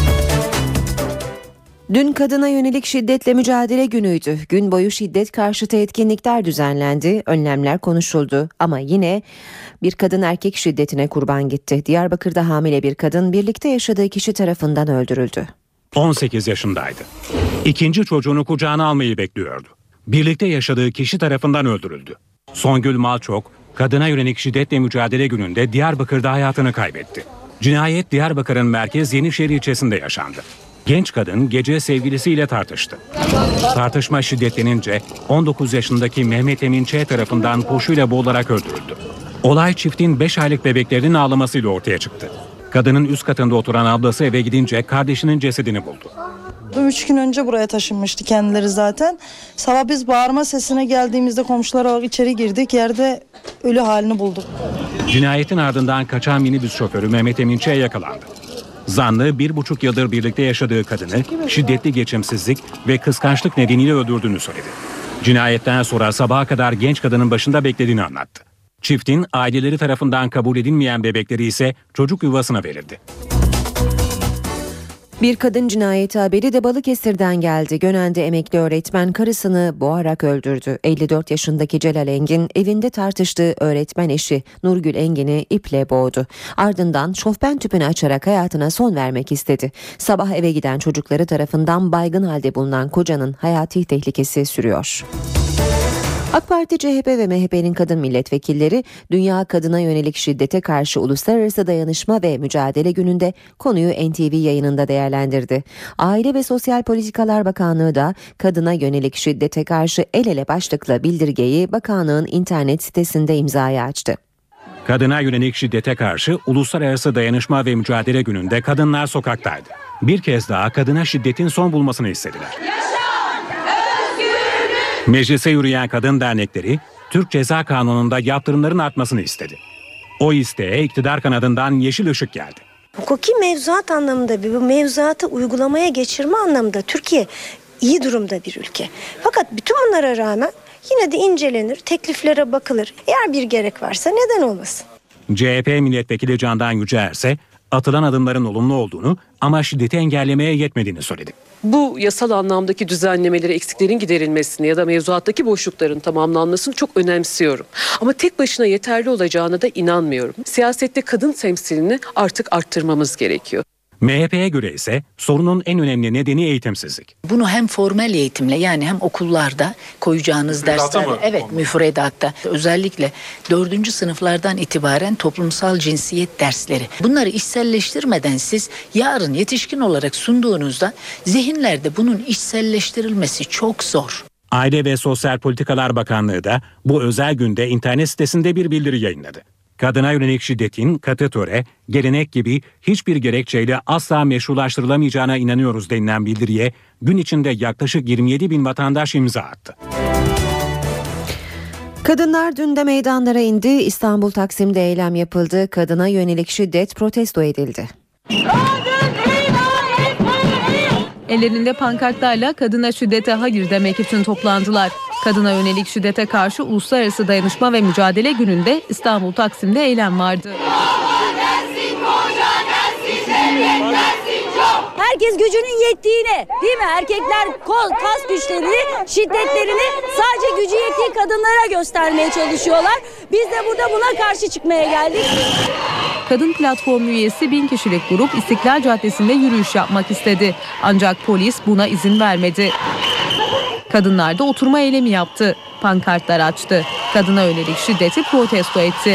Speaker 2: Dün kadına yönelik şiddetle mücadele günüydü. Gün boyu şiddet karşıtı etkinlikler düzenlendi, önlemler konuşuldu. Ama yine bir kadın erkek şiddetine kurban gitti. Diyarbakır'da hamile bir kadın birlikte yaşadığı kişi tarafından öldürüldü.
Speaker 10: 18 yaşındaydı. İkinci çocuğunu kucağına almayı bekliyordu. Birlikte yaşadığı kişi tarafından öldürüldü. Songül Malçok, kadına yönelik şiddetle mücadele gününde Diyarbakır'da hayatını kaybetti. Cinayet Diyarbakır'ın merkez Yenişehir ilçesinde yaşandı. Genç kadın gece sevgilisiyle tartıştı. Tartışma şiddetlenince 19 yaşındaki Mehmet Emin Ç. tarafından poşuyla boğularak öldürüldü. Olay çiftin 5 aylık bebeklerinin ağlamasıyla ortaya çıktı. Kadının üst katında oturan ablası eve gidince kardeşinin cesedini buldu.
Speaker 16: 3 gün önce buraya taşınmıştı kendileri zaten. Sabah biz bağırma sesine geldiğimizde komşular olarak içeri girdik. Yerde ölü halini bulduk.
Speaker 10: Cinayetin ardından kaçan minibüs şoförü Mehmet Emin Ç. yakalandı. Zanlı 1,5 yıldır birlikte yaşadığı kadını şiddetli geçimsizlik ve kıskançlık nedeniyle öldürdüğünü söyledi. Cinayetten sonra sabaha kadar genç kadının başında beklediğini anlattı. Çiftin aileleri tarafından kabul edilmeyen bebekleri ise çocuk yuvasına verildi.
Speaker 2: Bir kadın cinayeti haberi de Balıkesir'den geldi. Gönen'de emekli öğretmen karısını boğarak öldürdü. 54 yaşındaki Celal Engin evinde tartıştığı öğretmen eşi Nurgül Engin'i iple boğdu. Ardından şofben tüpünü açarak hayatına son vermek istedi. Sabah eve giden çocukları tarafından baygın halde bulunan kocanın hayati tehlikesi sürüyor. AK Parti, CHP ve MHP'nin kadın milletvekilleri Dünya Kadına Yönelik Şiddete Karşı Uluslararası Dayanışma ve Mücadele Günü'nde konuyu NTV yayınında değerlendirdi. Aile ve Sosyal Politikalar Bakanlığı da kadına yönelik şiddete karşı el ele başlıklı bildirgeyi bakanlığın internet sitesinde imzaya açtı.
Speaker 10: Kadına yönelik şiddete karşı Uluslararası Dayanışma ve Mücadele Günü'nde kadınlar sokaktaydı. bir kez daha kadına şiddetin son bulmasını istediler. Meclise yürüyen kadın dernekleri Türk Ceza Kanunu'nda yaptırımların artmasını istedi. O isteğe iktidar kanadından yeşil ışık geldi.
Speaker 17: Hukuki mevzuat anlamında bu mevzuatı uygulamaya geçirme anlamında Türkiye iyi durumda bir ülke. Fakat bütün bunlara rağmen yine de incelenir, tekliflere bakılır. Eğer bir gerek varsa neden olmasın?
Speaker 10: CHP milletvekili Candan Yücel ise atılan adımların olumlu olduğunu ama şiddeti engellemeye yetmediğini söyledi.
Speaker 18: Bu yasal anlamdaki düzenlemeleri, eksiklerin giderilmesini ya da mevzuattaki boşlukların tamamlanmasını çok önemsiyorum. Ama tek başına yeterli olacağına da inanmıyorum. Siyasette kadın temsilini artık arttırmamız gerekiyor.
Speaker 10: MHP'ye göre ise sorunun en önemli nedeni eğitimsizlik.
Speaker 19: Bunu hem formel eğitimle yani hem okullarda koyacağınız derslerde, evet müfredatta özellikle 4. sınıflardan itibaren toplumsal cinsiyet dersleri. Bunları içselleştirmeden siz yarın yetişkin olarak sunduğunuzda zihinlerde bunun içselleştirilmesi çok zor.
Speaker 10: Aile ve Sosyal Politikalar Bakanlığı da bu özel günde internet sitesinde bir bildiri yayınladı. Kadına yönelik şiddetin katı töre, gelenek gibi hiçbir gerekçeyle asla meşrulaştırılamayacağına inanıyoruz denilen bildiriye gün içinde yaklaşık 27 bin vatandaş imza attı.
Speaker 2: Kadınlar dün de meydanlara indi. İstanbul Taksim'de eylem yapıldı. Kadına yönelik şiddet protesto edildi.
Speaker 3: Ellerinde pankartlarla kadına şiddete hayır demek için toplandılar. Kadına yönelik şiddete karşı Uluslararası Dayanışma ve Mücadele Günü'nde İstanbul Taksim'de eylem vardı.
Speaker 20: Herkes gücünün yettiğini, değil mi? Erkekler kas güçlerini, şiddetlerini sadece gücü yettiği kadınlara göstermeye çalışıyorlar. Biz de burada buna karşı çıkmaya geldik.
Speaker 3: Kadın platformu üyesi 1000 kişilik grup İstiklal Caddesi'nde yürüyüş yapmak istedi. Ancak polis buna izin vermedi. Kadınlar da oturma eylemi yaptı. Pankartlar açtı. Kadına yönelik şiddeti protesto etti.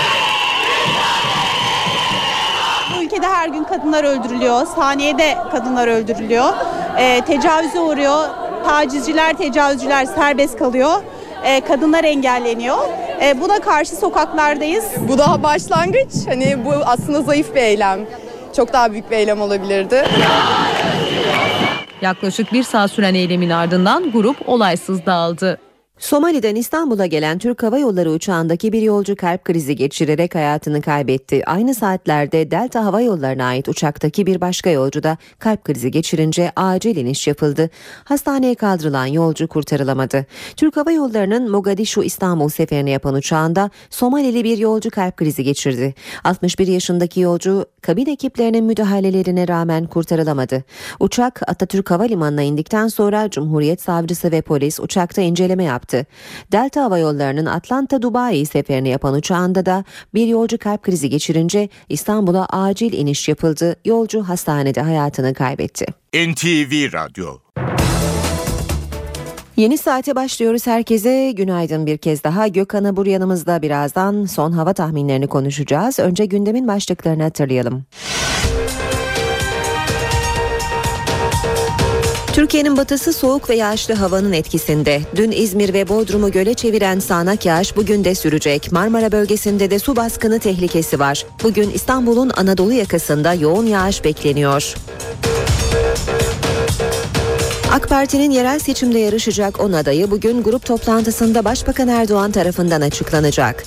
Speaker 21: Bu ülkede her gün kadınlar öldürülüyor. Saniyede kadınlar öldürülüyor. Tecavüze uğruyor. Tecavüzcüler serbest kalıyor. Kadınlar engelleniyor. Buna karşı sokaklardayız.
Speaker 22: Bu daha başlangıç. Hani bu aslında zayıf bir eylem. Çok daha büyük bir eylem olabilirdi.
Speaker 3: Yaklaşık bir saat süren eylemin ardından grup olaysız dağıldı.
Speaker 2: Somali'den İstanbul'a gelen Türk Hava Yolları uçağındaki bir yolcu kalp krizi geçirerek hayatını kaybetti. Aynı saatlerde Delta Hava Yolları'na ait uçaktaki bir başka yolcu da kalp krizi geçirince acil iniş yapıldı. Hastaneye kaldırılan yolcu kurtarılamadı. Türk Hava Yolları'nın Mogadishu-İstanbul seferini yapan uçağında Somalili bir yolcu kalp krizi geçirdi. 61 yaşındaki yolcu kabin ekiplerinin müdahalelerine rağmen kurtarılamadı. Uçak Atatürk Havalimanı'na indikten sonra Cumhuriyet Savcısı ve polis uçakta inceleme yaptı. Delta Hava Yolları'nın Atlanta-Dubai seferini yapan uçağında da bir yolcu kalp krizi geçirince İstanbul'a acil iniş yapıldı. Yolcu hastanede hayatını kaybetti.
Speaker 1: NTV Radyo.
Speaker 2: Yeni saate başlıyoruz herkese. Günaydın bir kez daha. Gökhan Abur yanımızda, birazdan son hava tahminlerini konuşacağız. Önce gündemin başlıklarını hatırlayalım. Türkiye'nin batısı soğuk ve yağışlı havanın etkisinde. Dün İzmir ve Bodrum'u göle çeviren sağanak yağış bugün de sürecek. Marmara bölgesinde de su baskını tehlikesi var. Bugün İstanbul'un Anadolu yakasında yoğun yağış bekleniyor. AK Parti'nin yerel seçimde yarışacak 10 adayı bugün grup toplantısında Başbakan Erdoğan tarafından açıklanacak.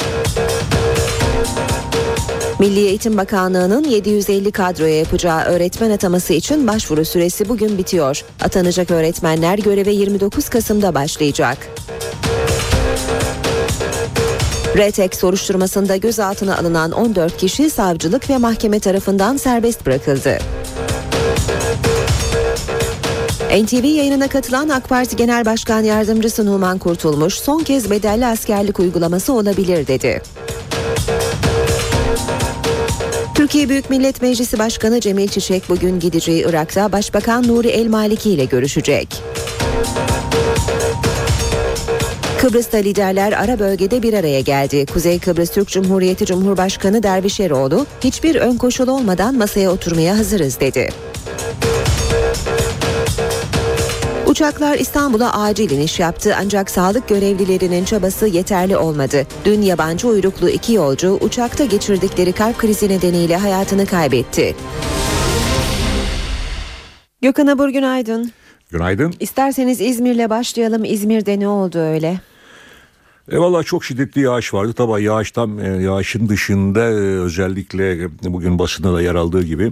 Speaker 2: Milli Eğitim Bakanlığı'nın 750 kadroya yapacağı öğretmen ataması için başvuru süresi bugün bitiyor. Atanacak öğretmenler göreve 29 Kasım'da başlayacak. RTEK soruşturmasında gözaltına alınan 14 kişi savcılık ve mahkeme tarafından serbest bırakıldı. NTV yayınına katılan AK Parti Genel Başkan Yardımcısı Numan Kurtulmuş son kez bedelli askerlik uygulaması olabilir dedi. Türkiye Büyük Millet Meclisi Başkanı Cemil Çiçek bugün gideceği Irak'ta Başbakan Nuri El Maliki ile görüşecek. Kıbrıs'ta liderler ara bölgede bir araya geldi. Kuzey Kıbrıs Türk Cumhuriyeti Cumhurbaşkanı Derviş Eroğlu, hiçbir ön koşul olmadan masaya oturmaya hazırız dedi. Uçaklar İstanbul'a acil iniş yaptı ancak sağlık görevlilerinin çabası yeterli olmadı. Dün yabancı uyruklu 2 yolcu uçakta geçirdikleri kalp krizi nedeniyle hayatını kaybetti. Gökhan Abur, günaydın.
Speaker 4: Günaydın.
Speaker 2: İsterseniz İzmir'le başlayalım. İzmir'de ne oldu öyle?
Speaker 4: Valla çok şiddetli yağış vardı. Tabii yağışın dışında özellikle bugün basında da yer aldığı gibi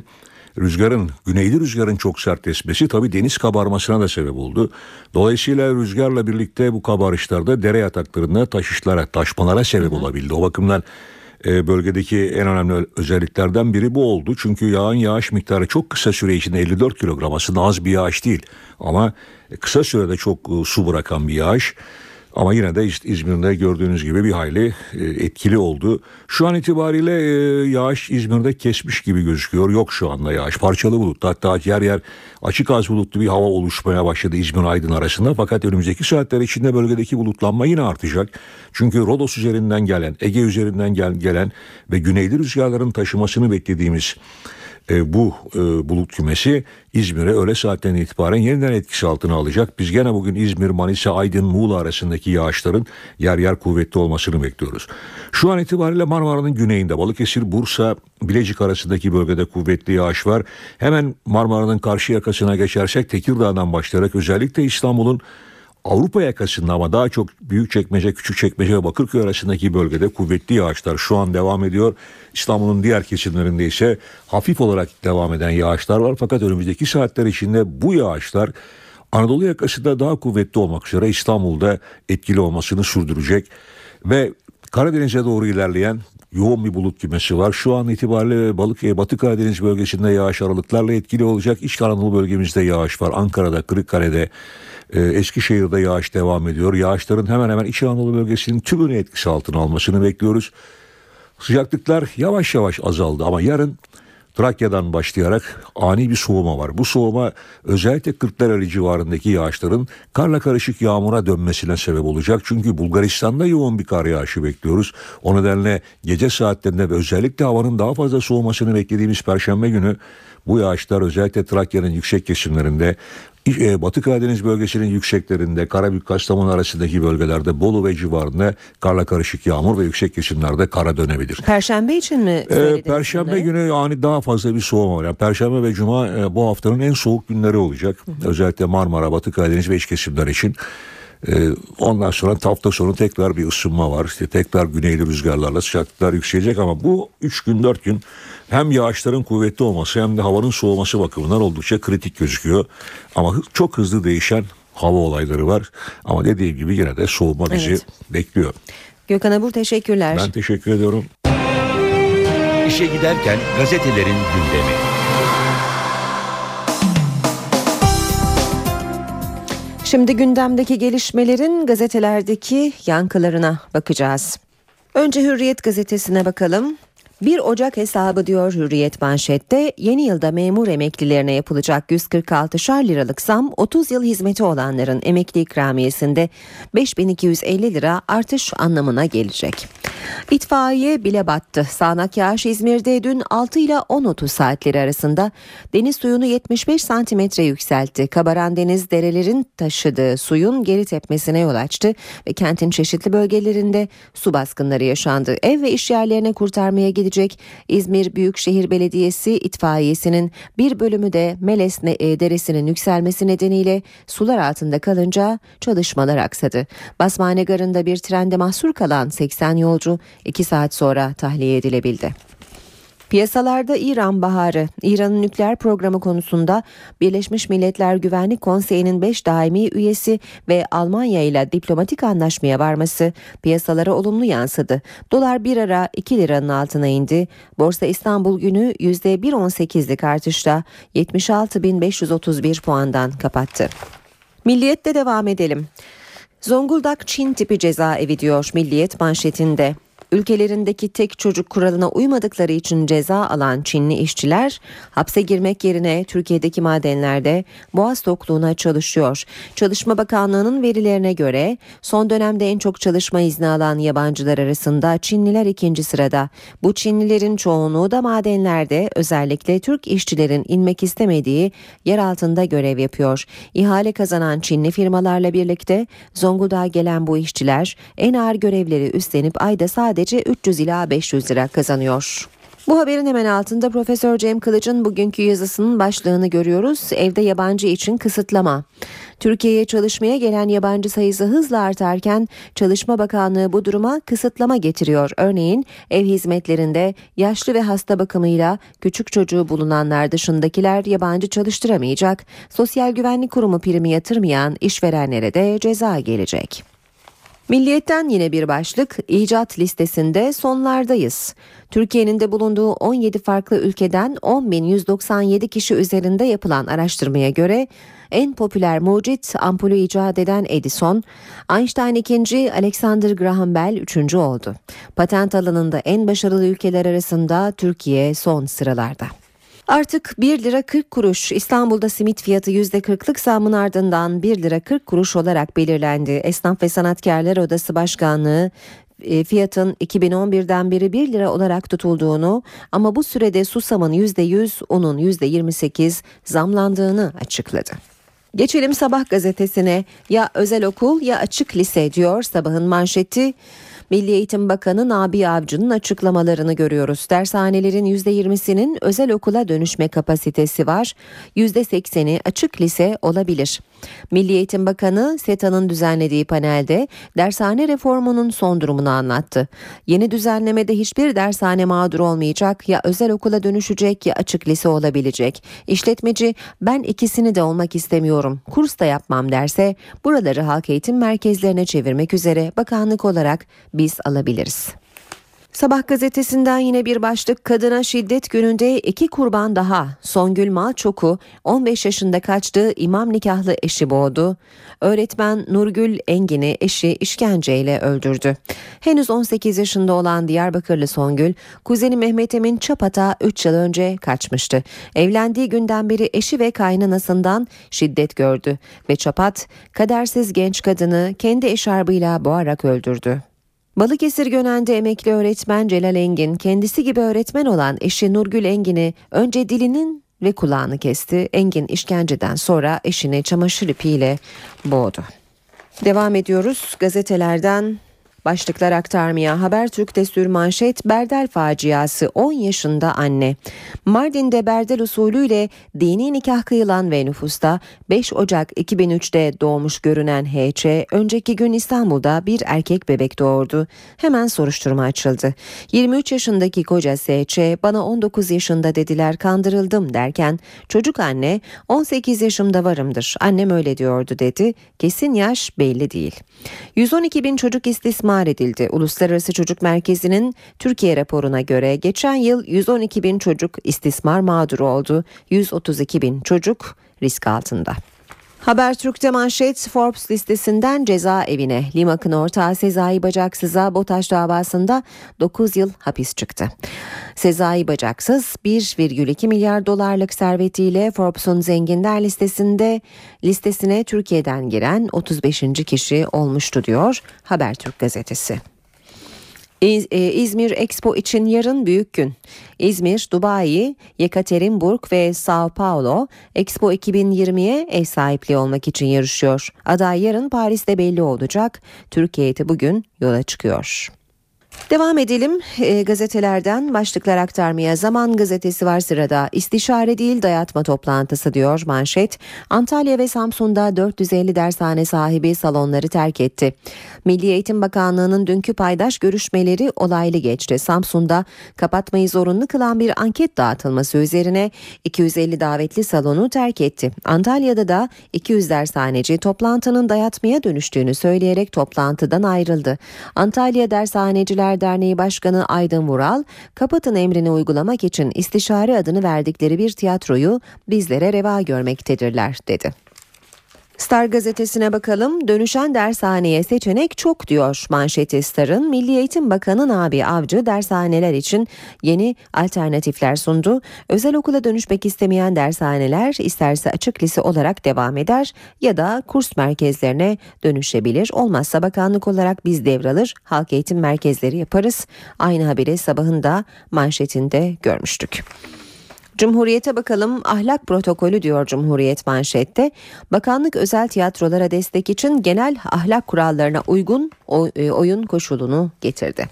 Speaker 4: güneyli rüzgarın çok sert esmesi tabii deniz kabarmasına da sebep oldu. Dolayısıyla rüzgarla birlikte bu kabarışlarda dere yataklarında taşmalara sebep olabildi. O bakımdan bölgedeki en önemli özelliklerden biri bu oldu. Çünkü yağış miktarı çok kısa süre içinde 54 kilogram, aslında az bir yağış değil. Ama kısa sürede çok su bırakan bir yağış. Ama yine de İzmir'de gördüğünüz gibi bir hayli etkili oldu. Şu an itibariyle yağış İzmir'de kesmiş gibi gözüküyor. Yok şu anda yağış. Parçalı bulutlu, hatta yer yer açık az bulutlu bir hava oluşmaya başladı İzmir-Aydın arasında. Fakat önümüzdeki saatler içinde bölgedeki bulutlanma yine artacak. Çünkü Rodos üzerinden gelen, Ege üzerinden gelen ve güneyli rüzgarların taşımasını beklediğimiz bu bulut kümesi İzmir'e öğle saatlerinden itibaren yeniden etkisi altına alacak. Biz gene bugün İzmir, Manisa, Aydın, Muğla arasındaki yağışların yer yer kuvvetli olmasını bekliyoruz. Şu an itibariyle Marmara'nın güneyinde Balıkesir, Bursa, Bilecik arasındaki bölgede kuvvetli yağış var. Hemen Marmara'nın karşı yakasına geçersek Tekirdağ'dan başlayarak özellikle İstanbul'un Avrupa yakasında ama daha çok Büyükçekmece, Küçükçekmece ve Bakırköy arasındaki bölgede kuvvetli yağışlar şu an devam ediyor. İstanbul'un diğer kesimlerinde ise hafif olarak devam eden yağışlar var. Fakat önümüzdeki saatler içinde bu yağışlar Anadolu yakasında daha kuvvetli olmak üzere İstanbul'da etkili olmasını sürdürecek. Ve Karadeniz'e doğru ilerleyen yoğun bir bulut kümesi var. Şu an itibariyle Batı Karadeniz bölgesinde yağış aralıklarla etkili olacak. İç Anadolu bölgemizde yağış var. Ankara'da, Kırıkkale'de, Eskişehir'de yağış devam ediyor. Yağışların hemen hemen İç Anadolu bölgesinin tümünü etkisi altına almasını bekliyoruz. Sıcaklıklar yavaş yavaş azaldı ama yarın Trakya'dan başlayarak ani bir soğuma var. Bu soğuma özellikle Kırklareli civarındaki yağışların karla karışık yağmura dönmesine sebep olacak. Çünkü Bulgaristan'da yoğun bir kar yağışı bekliyoruz. O nedenle gece saatlerinde ve özellikle havanın daha fazla soğumasını beklediğimiz Perşembe günü bu yağışlar özellikle Trakya'nın yüksek kesimlerinde, Batı Karadeniz bölgesinin yükseklerinde, Karabük, Kastamonu arasındaki bölgelerde, Bolu ve civarında karla karışık yağmur ve yüksek kesimlerde kara dönebilir.
Speaker 2: Perşembe için mi söylediniz?
Speaker 4: Perşembe günü yani daha fazla bir soğuma var. Yani Perşembe ve Cuma bu haftanın en soğuk günleri olacak. Özellikle Marmara, Batı Karadeniz ve iç kesimler için. Ondan sonra hafta sonu tekrar bir ısınma var. İşte tekrar güneyli rüzgarlarla sıcaklıklar yükselecek ama bu 3 gün 4 gün hem yağışların kuvvetli olması hem de havanın soğuması bakımından oldukça kritik gözüküyor. Ama çok hızlı değişen hava olayları var. Ama dediğim gibi yine de soğuma bizi bekliyor.
Speaker 2: Gökhan Abur, teşekkürler.
Speaker 4: Ben teşekkür ediyorum.
Speaker 1: İşe giderken gazetelerin gündemi.
Speaker 2: Şimdi gündemdeki gelişmelerin gazetelerdeki yankılarına bakacağız. Önce Hürriyet gazetesine bakalım. 1 Ocak hesabı diyor Hürriyet manşette. Yeni yılda memur emeklilerine yapılacak 146'şar liralık zam 30 yıl hizmeti olanların emekli ikramiyesinde 5.250 lira artış anlamına gelecek. İtfaiye bile battı. Sağanak yağış İzmir'de dün 6 ile 10.30 saatleri arasında deniz suyunu 75 santimetre yükseltti. Kabaran deniz derelerin taşıdığı suyun geri tepmesine yol açtı ve kentin çeşitli bölgelerinde su baskınları yaşandı. Ev ve iş yerlerine kurtarmaya gidecek İzmir Büyükşehir Belediyesi itfaiyesinin bir bölümü de Meles Deresi'nin yükselmesi nedeniyle sular altında kalınca çalışmalar aksadı. Basmane Garı'nda bir trende mahsur kalan 80 yolcu 2 saat sonra tahliye edilebildi. Piyasalarda İran baharı, İran'ın nükleer programı konusunda Birleşmiş Milletler Güvenlik Konseyi'nin 5 daimi üyesi ve Almanya ile diplomatik anlaşmaya varması piyasalara olumlu yansıdı. Dolar bir ara 2 liranın altına indi. Borsa İstanbul günü %1.18'lik artışla 76.531 puandan kapattı. Milliyet'te devam edelim. Zonguldak Çin tipi cezaevi diyor Milliyet manşetinde. Ülkelerindeki tek çocuk kuralına uymadıkları için ceza alan Çinli işçiler hapse girmek yerine Türkiye'deki madenlerde boğaz tokluğuna çalışıyor. Çalışma Bakanlığı'nın verilerine göre son dönemde en çok çalışma izni alan yabancılar arasında Çinliler 2. sırada. Bu Çinlilerin çoğunluğu da madenlerde, özellikle Türk işçilerin inmek istemediği yer altında görev yapıyor. İhale kazanan Çinli firmalarla birlikte Zonguldak'a gelen bu işçiler en ağır görevleri üstlenip ayda sadece 300 ila 500 lira kazanıyor. Bu haberin hemen altında Profesör Cem Kılıç'ın bugünkü yazısının başlığını görüyoruz. Evde yabancı için kısıtlama. Türkiye'ye çalışmaya gelen yabancı sayısı hızla artarken Çalışma Bakanlığı bu duruma kısıtlama getiriyor. Örneğin ev hizmetlerinde yaşlı ve hasta bakımıyla küçük çocuğu bulunanlar dışındakiler yabancı çalıştıramayacak. Sosyal Güvenlik Kurumu primi yatırmayan işverenlere de ceza gelecek. Milliyet'ten yine bir başlık, icat listesinde sonlardayız. Türkiye'nin de bulunduğu 17 farklı ülkeden 10.197 kişi üzerinde yapılan araştırmaya göre en popüler mucit ampulü icat eden Edison, Einstein 2. Alexander Graham Bell 3. oldu. Patent alanında en başarılı ülkeler arasında Türkiye son sıralarda. Artık 1 lira 40 kuruş İstanbul'da simit fiyatı %40'lık zamın ardından 1 lira 40 kuruş olarak belirlendi. Esnaf ve Sanatkarlar Odası Başkanlığı fiyatın 2011'den beri 1 lira olarak tutulduğunu ama bu sürede susamın %100, unun %28 zamlandığını açıkladı. Geçelim Sabah gazetesine. Ya özel okul ya açık lise diyor Sabah'ın manşeti. Milli Eğitim Bakanı Nabi Avcı'nın açıklamalarını görüyoruz. Dershanelerin %20'sinin özel okula dönüşme kapasitesi var. %80'i açık lise olabilir. Milli Eğitim Bakanı SETA'nın düzenlediği panelde dershane reformunun son durumunu anlattı. Yeni düzenlemede hiçbir dershane mağdur olmayacak, ya özel okula dönüşecek ya açık lise olabilecek. İşletmeci ben ikisini de olmak istemiyorum, kurs da yapmam derse buraları halk eğitim merkezlerine çevirmek üzere bakanlık olarak biz alabiliriz. Sabah gazetesinden yine bir başlık, kadına şiddet gününde 2 kurban daha. Songül Malçok'u 15 yaşında kaçtığı imam nikahlı eşi boğdu. Öğretmen Nurgül Engin'i eşi işkenceyle öldürdü. Henüz 18 yaşında olan Diyarbakırlı Songül, kuzeni Mehmet Emin Çapat'a 3 yıl önce kaçmıştı. Evlendiği günden beri eşi ve kaynanasından şiddet gördü ve Çapat kadersiz genç kadını kendi eşarbıyla boğarak öldürdü. Balıkesir Gönen'de emekli öğretmen Celal Engin, kendisi gibi öğretmen olan eşi Nurgül Engin'i önce dilinin ve kulağını kesti. Engin işkenceden sonra eşini çamaşır ipiyle boğdu. Devam ediyoruz gazetelerden. Başlıklar aktarmaya. Habertürk'te sürmanşet, Berdel faciası, 10 yaşında anne. Mardin'de Berdel usulüyle dini nikah kıyılan ve nüfusta 5 Ocak 2003'te doğmuş görünen H.Ç. önceki gün İstanbul'da bir erkek bebek doğurdu. Hemen soruşturma açıldı. 23 yaşındaki koca S.Ç. bana 19 yaşında dediler, kandırıldım derken çocuk anne 18 yaşımda varımdır, annem öyle diyordu dedi. Kesin yaş belli değil. 112 bin çocuk istismar edildi. Uluslararası Çocuk Merkezi'nin Türkiye raporuna göre geçen yıl 112 bin çocuk istismar mağduru oldu. 132 bin çocuk risk altında. Habertürk'te manşet, Forbes listesinden cezaevine. Limak'ın ortağı Sezai Bacaksız'a BOTAŞ davasında 9 yıl hapis çıktı. Sezai Bacaksız 1,2 milyar dolarlık servetiyle Forbes'un zenginler listesine Türkiye'den giren 35. kişi olmuştu diyor Habertürk gazetesi. İzmir Expo için yarın büyük gün. İzmir, Dubai, Yekaterinburg ve Sao Paulo Expo 2020'ye ev sahipliği olmak için yarışıyor. Aday yarın Paris'te belli olacak. Türkiye'de bugün yola çıkıyor. Devam edelim gazetelerden başlıklar aktarmaya. Zaman gazetesi var sırada. İstişare değil dayatma toplantısı diyor manşet. Antalya ve Samsun'da 450 dershane sahibi salonları terk etti. Milli Eğitim Bakanlığı'nın dünkü paydaş görüşmeleri olaylı geçti. Samsun'da kapatmayı zorunlu kılan bir anket dağıtılması üzerine 250 davetli salonu terk etti. Antalya'da da 200 dershaneci toplantının dayatmaya dönüştüğünü söyleyerek toplantıdan ayrıldı. Antalya Dershaneciler Derneği Başkanı Aydın Vural, kapatın emrini uygulamak için istişare adını verdikleri bir tiyatroyu bizlere reva görmektedirler dedi. Star gazetesine bakalım. Dönüşen dershaneye seçenek çok diyor manşeti Star'ın. Milli Eğitim Bakanı Nabi Avcı dershaneler için yeni alternatifler sundu. Özel okula dönüşmek istemeyen dershaneler isterse açık lise olarak devam eder ya da kurs merkezlerine dönüşebilir. Olmazsa bakanlık olarak biz devralır, halk eğitim merkezleri yaparız. Aynı haberi Sabah'ın da manşetinde görmüştük. Cumhuriyet'e bakalım. Ahlak protokolü diyor Cumhuriyet manşette. Bakanlık özel tiyatrolara destek için genel ahlak kurallarına uygun oyun koşulunu getirdi.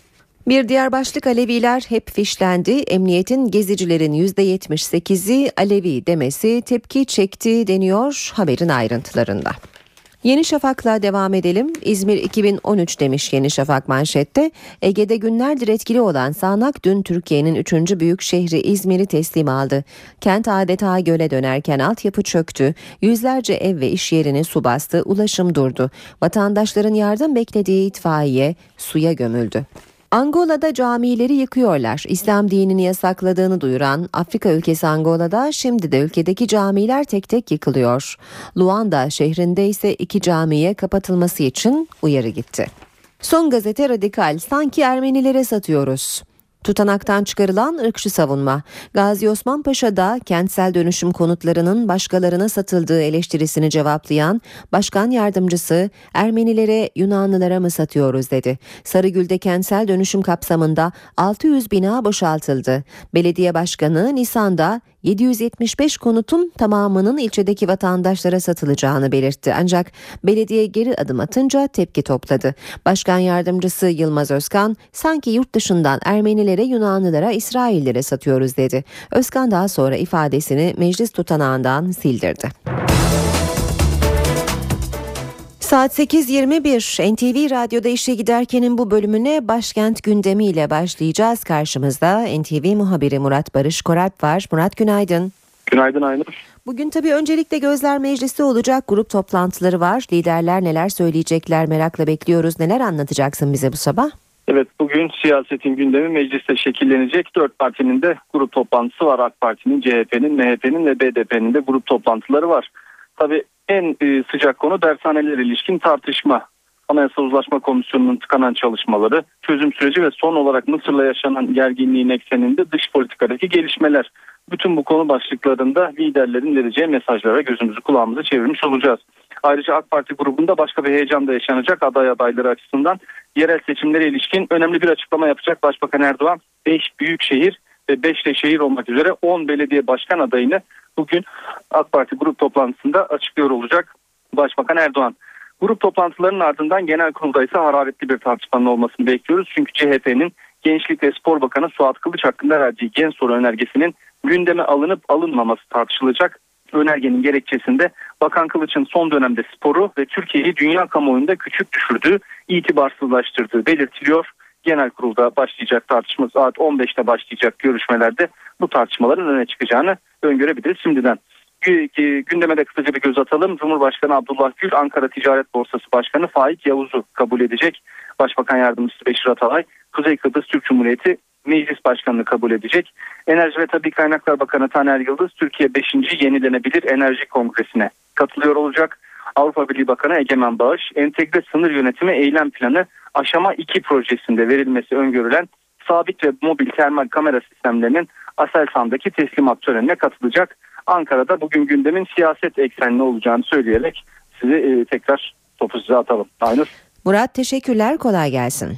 Speaker 2: Bir diğer başlık Aleviler hep fişlendi. Emniyetin gezicilerin %78'i Alevi demesi tepki çekti deniyor haberin ayrıntılarında. Yeni Şafak'la devam edelim. İzmir 2013 demiş Yeni Şafak manşette. Ege'de günlerdir etkili olan sağanak dün Türkiye'nin 3. büyük şehri İzmir'i teslim aldı. Kent adeta göle dönerken altyapı çöktü. Yüzlerce ev ve iş yerini su bastı. Ulaşım durdu. Vatandaşların yardım beklediği itfaiye suya gömüldü. Angola'da camileri yıkıyorlar. İslam dinini yasakladığını duyuran Afrika ülkesi Angola'da şimdi de ülkedeki camiler tek tek yıkılıyor. Luanda şehrinde ise 2 camiye kapatılması için uyarı gitti. Son gazete Radikal, sanki Ermenilere satıyoruz. Tutanaktan çıkarılan ırkçı savunma. Gazi Osman Paşa'da kentsel dönüşüm konutlarının başkalarına satıldığı eleştirisini cevaplayan Başkan Yardımcısı Ermenilere, Yunanlılara mı satıyoruz dedi. Sarıgül'de kentsel dönüşüm kapsamında 600 bina boşaltıldı. Belediye Başkanı Nisan'da 775 konutun tamamının ilçedeki vatandaşlara satılacağını belirtti. Ancak belediye geri adım atınca tepki topladı. Başkan Yardımcısı Yılmaz Özkan, sanki yurt dışından Ermenilere, Yunanlılara, İsraillere satıyoruz dedi. Özkan daha sonra ifadesini meclis tutanağından sildirdi. Saat 8.21 NTV Radyo'da işe giderkenin bu bölümüne başkent gündemiyle başlayacağız. Karşımızda NTV muhabiri Murat Barış Koralp var. Murat günaydın.
Speaker 5: Günaydın Aynur.
Speaker 2: Bugün tabii öncelikle Gözler Meclisi olacak, grup toplantıları var. Liderler neler söyleyecekler merakla bekliyoruz. Neler anlatacaksın bize bu sabah?
Speaker 5: Evet, bugün siyasetin gündemi mecliste şekillenecek. 4 partinin de grup toplantısı var. AK Parti'nin, CHP'nin, MHP'nin ve BDP'nin de grup toplantıları var. Tabii en sıcak konu dershanelere ilişkin tartışma. Anayasa Uzlaşma Komisyonu'nun tıkanan çalışmaları, çözüm süreci ve son olarak Mısır'la yaşanan gerginliğin ekseninde dış politikadaki gelişmeler. Bütün bu konu başlıklarında liderlerin vereceği mesajlara gözümüzü kulağımızı çevirmiş olacağız. Ayrıca AK Parti grubunda başka bir heyecan da yaşanacak. Adayları açısından yerel seçimlere ilişkin önemli bir açıklama yapacak Başbakan Erdoğan. 5 büyük şehir ve 5 de şehir olmak üzere 10 belediye başkan adayını bugün AK Parti grup toplantısında açıklıyor olacak Başbakan Erdoğan. Grup toplantılarının ardından genel kurulda ise hararetli bir tartışmanın olmasını bekliyoruz. Çünkü CHP'nin Gençlik ve Spor Bakanı Suat Kılıç hakkında verdiği gen soru önergesinin gündeme alınıp alınmaması tartışılacak. Önergenin gerekçesinde Bakan Kılıç'ın son dönemde sporu ve Türkiye'yi dünya kamuoyunda küçük düşürdüğü, itibarsızlaştırdığı belirtiliyor. Genel kurulda başlayacak tartışma, saat 15'te başlayacak görüşmelerde bu tartışmaların öne çıkacağını öngörebiliriz şimdiden. Gündeme de kısaca bir göz atalım. Cumhurbaşkanı Abdullah Gül, Ankara Ticaret Borsası Başkanı Faik Yavuz'u kabul edecek. Başbakan Yardımcısı Beşir Atalay, Kuzey Kıbrıs Türk Cumhuriyeti Meclis Başkanı'nı kabul edecek. Enerji ve Tabii Kaynaklar Bakanı Taner Yıldız, Türkiye 5. Yenilenebilir Enerji Kongresi'ne katılıyor olacak. Avrupa Birliği Bakanı Egemen Bağış, Entegre Sınır Yönetimi Eylem Planı Aşama 2 projesinde verilmesi öngörülen sabit ve mobil termal kamera sistemlerinin Aselsan'daki teslimat törenine katılacak. Ankara'da bugün gündemin siyaset eksenli olacağını söyleyerek sizi tekrar topu size atalım. Aynur.
Speaker 2: Murat teşekkürler, kolay gelsin.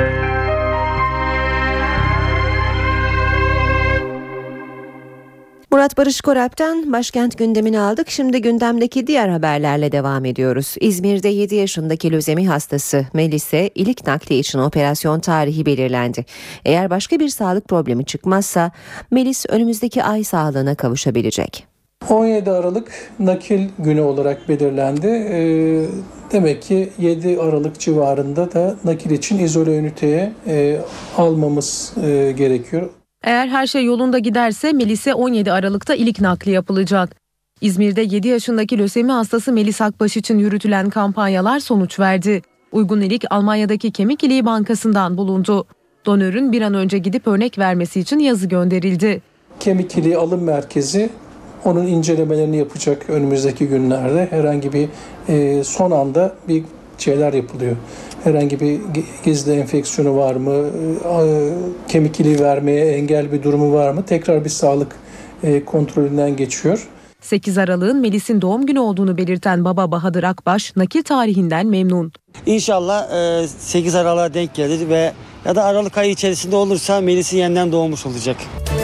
Speaker 2: Murat Barış Koralp'ten başkent gündemini aldık. Şimdi gündemdeki diğer haberlerle devam ediyoruz. İzmir'de 7 yaşındaki lösemi hastası Melis'e ilik nakli için operasyon tarihi belirlendi. Eğer başka bir sağlık problemi çıkmazsa Melis önümüzdeki ay sağlığına kavuşabilecek.
Speaker 6: 17 Aralık nakil günü olarak belirlendi. Demek ki 7 Aralık civarında da nakil için izole üniteye almamız gerekiyor.
Speaker 3: Eğer her şey yolunda giderse Melis'e 17 Aralık'ta ilik nakli yapılacak. İzmir'de 7 yaşındaki lösemi hastası Melis Akbaş için yürütülen kampanyalar sonuç verdi. Uygun ilik Almanya'daki Kemik İliği Bankası'ndan bulundu. Donörün bir an önce gidip örnek vermesi için yazı gönderildi.
Speaker 6: Kemik İliği Alım Merkezi onun incelemelerini yapacak önümüzdeki günlerde. Herhangi bir son anda bir şeyler yapılıyor. Herhangi bir gizli enfeksiyonu var mı? Kemik iliği vermeye engel bir durumu var mı? Tekrar bir sağlık kontrolünden geçiyor.
Speaker 3: 8 Aralık'ın Melis'in doğum günü olduğunu belirten baba Bahadır Akbaş nakil tarihinden memnun.
Speaker 23: İnşallah 8 Aralık'a denk gelir ve ya da Aralık ayı içerisinde olursa Melis'in yeniden doğmuş olacak.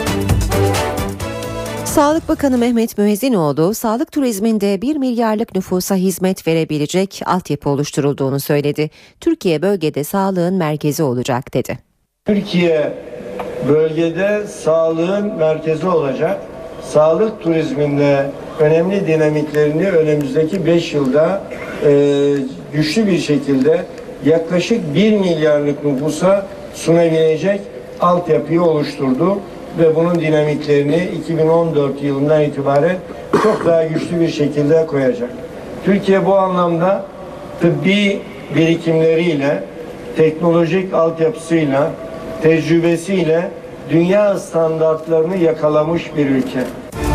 Speaker 2: Sağlık Bakanı Mehmet Müezzinoğlu, sağlık turizminde 1 milyarlık nüfusa hizmet verebilecek altyapı oluşturulduğunu söyledi. Türkiye bölgede sağlığın merkezi olacak dedi.
Speaker 8: Türkiye bölgede sağlığın merkezi olacak. Sağlık turizminde önemli dinamiklerini önümüzdeki 5 yılda güçlü bir şekilde yaklaşık 1 milyarlık nüfusa sunabilecek altyapıyı oluşturdu ve bunun dinamiklerini 2014 yılından itibaren çok daha güçlü bir şekilde koyacak. Türkiye bu anlamda tıbbi birikimleriyle, teknolojik altyapısıyla, tecrübesiyle dünya standartlarını yakalamış bir ülke.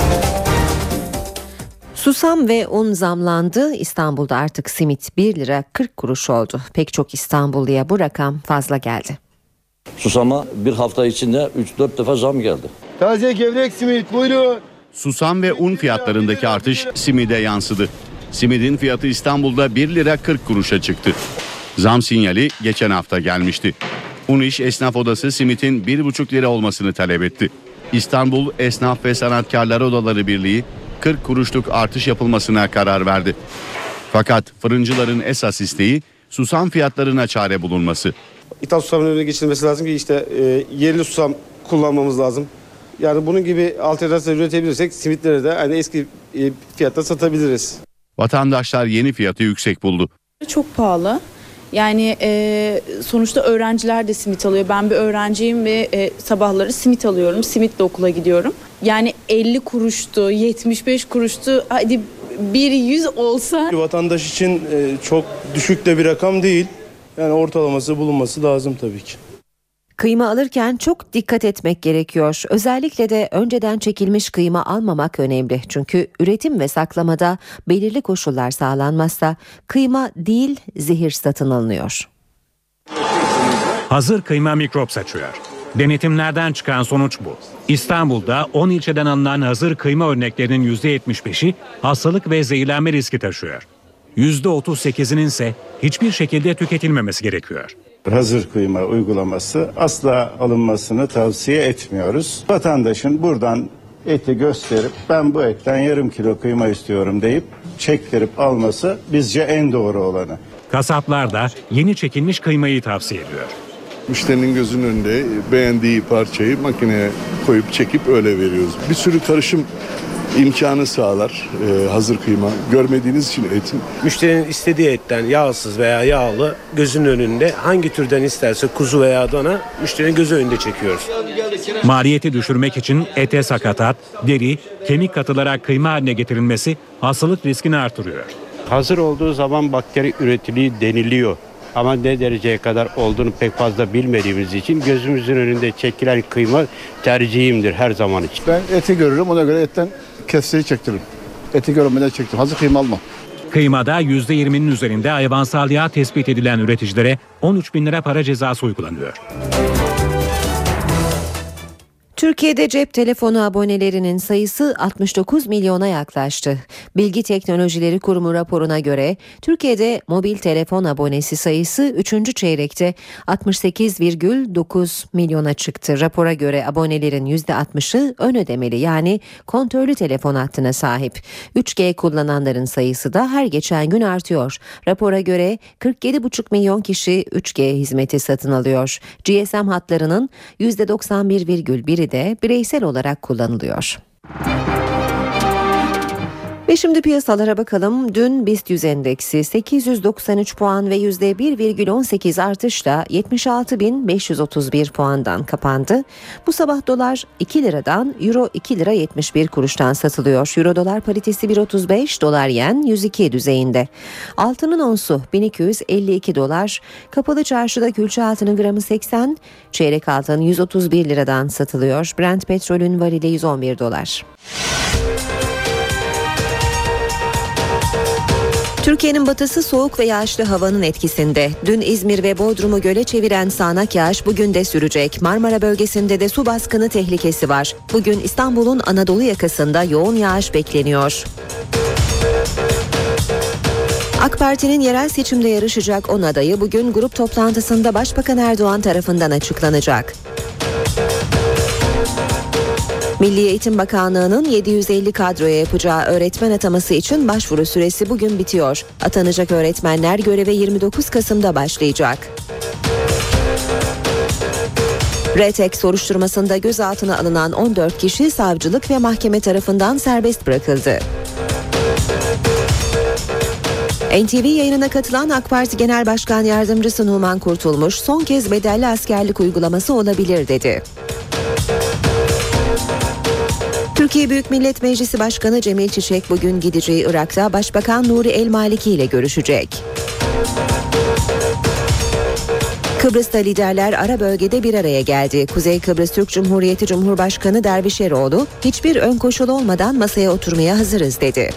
Speaker 2: Susam ve un zamlandı. İstanbul'da artık simit 1 lira 40 kuruş oldu. Pek çok İstanbulluya bu rakam fazla geldi.
Speaker 9: Susama bir hafta içinde 3-4 defa zam geldi.
Speaker 11: Taze gevrek simit buyurun.
Speaker 7: Susam ve un fiyatlarındaki artış simide yansıdı. Simidin fiyatı İstanbul'da 1 lira 40 kuruşa çıktı. Zam sinyali geçen hafta gelmişti. Un İş Esnaf Odası simitin 1,5 lira olmasını talep etti. İstanbul Esnaf ve Sanatkarlar Odaları Birliği 40 kuruşluk artış yapılmasına karar verdi. Fakat fırıncıların esas isteği susam fiyatlarına çare bulunması.
Speaker 11: İthal susamın önüne geçilmesi lazım ki yerli susam kullanmamız lazım. Yani bunun gibi alternatifler üretebilirsek simitleri de aynı eski fiyatta satabiliriz.
Speaker 7: Vatandaşlar yeni fiyatı yüksek buldu.
Speaker 24: Çok pahalı. Yani sonuçta öğrenciler de simit alıyor. Ben bir öğrenciyim ve sabahları simit alıyorum. Simitle okula gidiyorum. Yani 50 kuruştu, 75 kuruştu. Hadi 100 olsa.
Speaker 11: Vatandaş için çok düşük de bir rakam değil. Yani ortalaması bulunması lazım tabii ki.
Speaker 2: Kıyma alırken çok dikkat etmek gerekiyor. Özellikle de önceden çekilmiş kıyma almamak önemli. Çünkü üretim ve saklamada belirli koşullar sağlanmazsa kıyma değil zehir satın alınıyor.
Speaker 10: Hazır kıyma mikrop saçıyor. Denetimlerden çıkan sonuç bu. İstanbul'da 10 ilçeden alınan hazır kıyma örneklerinin %75'i hastalık ve zehirlenme riski taşıyor. %38'inin ise hiçbir şekilde tüketilmemesi gerekiyor.
Speaker 25: Hazır kıyma uygulaması asla alınmasını tavsiye etmiyoruz. Vatandaşın buradan eti gösterip ben bu etten yarım kilo kıyma istiyorum deyip çektirip alması bizce en doğru olanı.
Speaker 10: Kasaplar da yeni çekilmiş kıymayı tavsiye ediyor.
Speaker 26: Müşterinin gözünün önünde beğendiği parçayı makineye koyup çekip öyle veriyoruz. Bir sürü karışım imkanı sağlar hazır kıyma. Görmediğiniz için etin.
Speaker 27: Müşterinin istediği etten yağsız veya yağlı gözünün önünde hangi türden isterse kuzu veya dana müşterinin gözü önünde çekiyoruz.
Speaker 10: Maliyeti düşürmek için ete sakatat, deri, kemik katılarak kıyma haline getirilmesi hastalık riskini artırıyor.
Speaker 28: Hazır olduğu zaman bakteri üretiliği deniliyor. Ama ne dereceye kadar olduğunu pek fazla bilmediğimiz için gözümüzün önünde çekilen kıyma tercihimdir her zaman için.
Speaker 26: Ben eti görürüm, ona göre etten kesseyi çektiririm. Eti görmeden çektiririm. Hazır kıyma almam.
Speaker 10: Kıymada %20'nin üzerinde hayvansal yağ tespit edilen üreticilere 13 bin lira para cezası uygulanıyor.
Speaker 2: Türkiye'de cep telefonu abonelerinin sayısı 69 milyona yaklaştı. Bilgi Teknolojileri Kurumu raporuna göre Türkiye'de mobil telefon abonesi sayısı 3. çeyrekte 68,9 milyona çıktı. Rapora göre abonelerin %60'ı ön ödemeli yani kontörlü telefon hattına sahip. 3G kullananların sayısı da her geçen gün artıyor. Rapora göre 47,5 milyon kişi 3G hizmeti satın alıyor. GSM hatlarının %91,1'i de bireysel olarak kullanılıyor. Ve şimdi piyasalara bakalım. Dün BIST 100 endeksi 893 puan ve %1,18 artışla 76.531 puandan kapandı. Bu sabah dolar 2 liradan, euro 2 lira 71 kuruştan satılıyor. Euro dolar paritesi 1.35, dolar yen 102 düzeyinde. Altının onsu 1252 dolar. Kapalı çarşıda külçe altının gramı 80, çeyrek altın 131 liradan satılıyor. Brent petrolün varili 111 dolar. Türkiye'nin batısı soğuk ve yağışlı havanın etkisinde. Dün İzmir ve Bodrum'u göle çeviren sağanak yağış bugün de sürecek. Marmara bölgesinde de su baskını tehlikesi var. Bugün İstanbul'un Anadolu yakasında yoğun yağış bekleniyor. AK Parti'nin yerel seçimde yarışacak 10 adayı bugün grup toplantısında Başbakan Erdoğan tarafından açıklanacak. Milli Eğitim Bakanlığı'nın 750 kadroya yapacağı öğretmen ataması için başvuru süresi bugün bitiyor. Atanacak öğretmenler göreve 29 Kasım'da başlayacak. RTEK soruşturmasında gözaltına alınan 14 kişi savcılık ve mahkeme tarafından serbest bırakıldı. NTV yayınına katılan AK Parti Genel Başkan Yardımcısı Numan Kurtulmuş son kez bedelli askerlik uygulaması olabilir dedi. Türkiye Büyük Millet Meclisi Başkanı Cemil Çiçek bugün gideceği Irak'ta Başbakan Nuri El-Maliki ile görüşecek. Kıbrıs'ta liderler ara bölgede bir araya geldi. Kuzey Kıbrıs Türk Cumhuriyeti Cumhurbaşkanı Dervişeroğlu, hiçbir ön koşul olmadan masaya oturmaya hazırız dedi.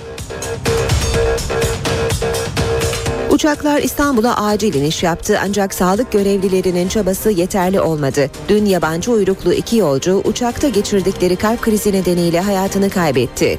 Speaker 2: Uçaklar İstanbul'a acil iniş yaptı ancak sağlık görevlilerinin çabası yeterli olmadı. Dün yabancı uyruklu 2 yolcu uçakta geçirdikleri kalp krizi nedeniyle hayatını kaybetti.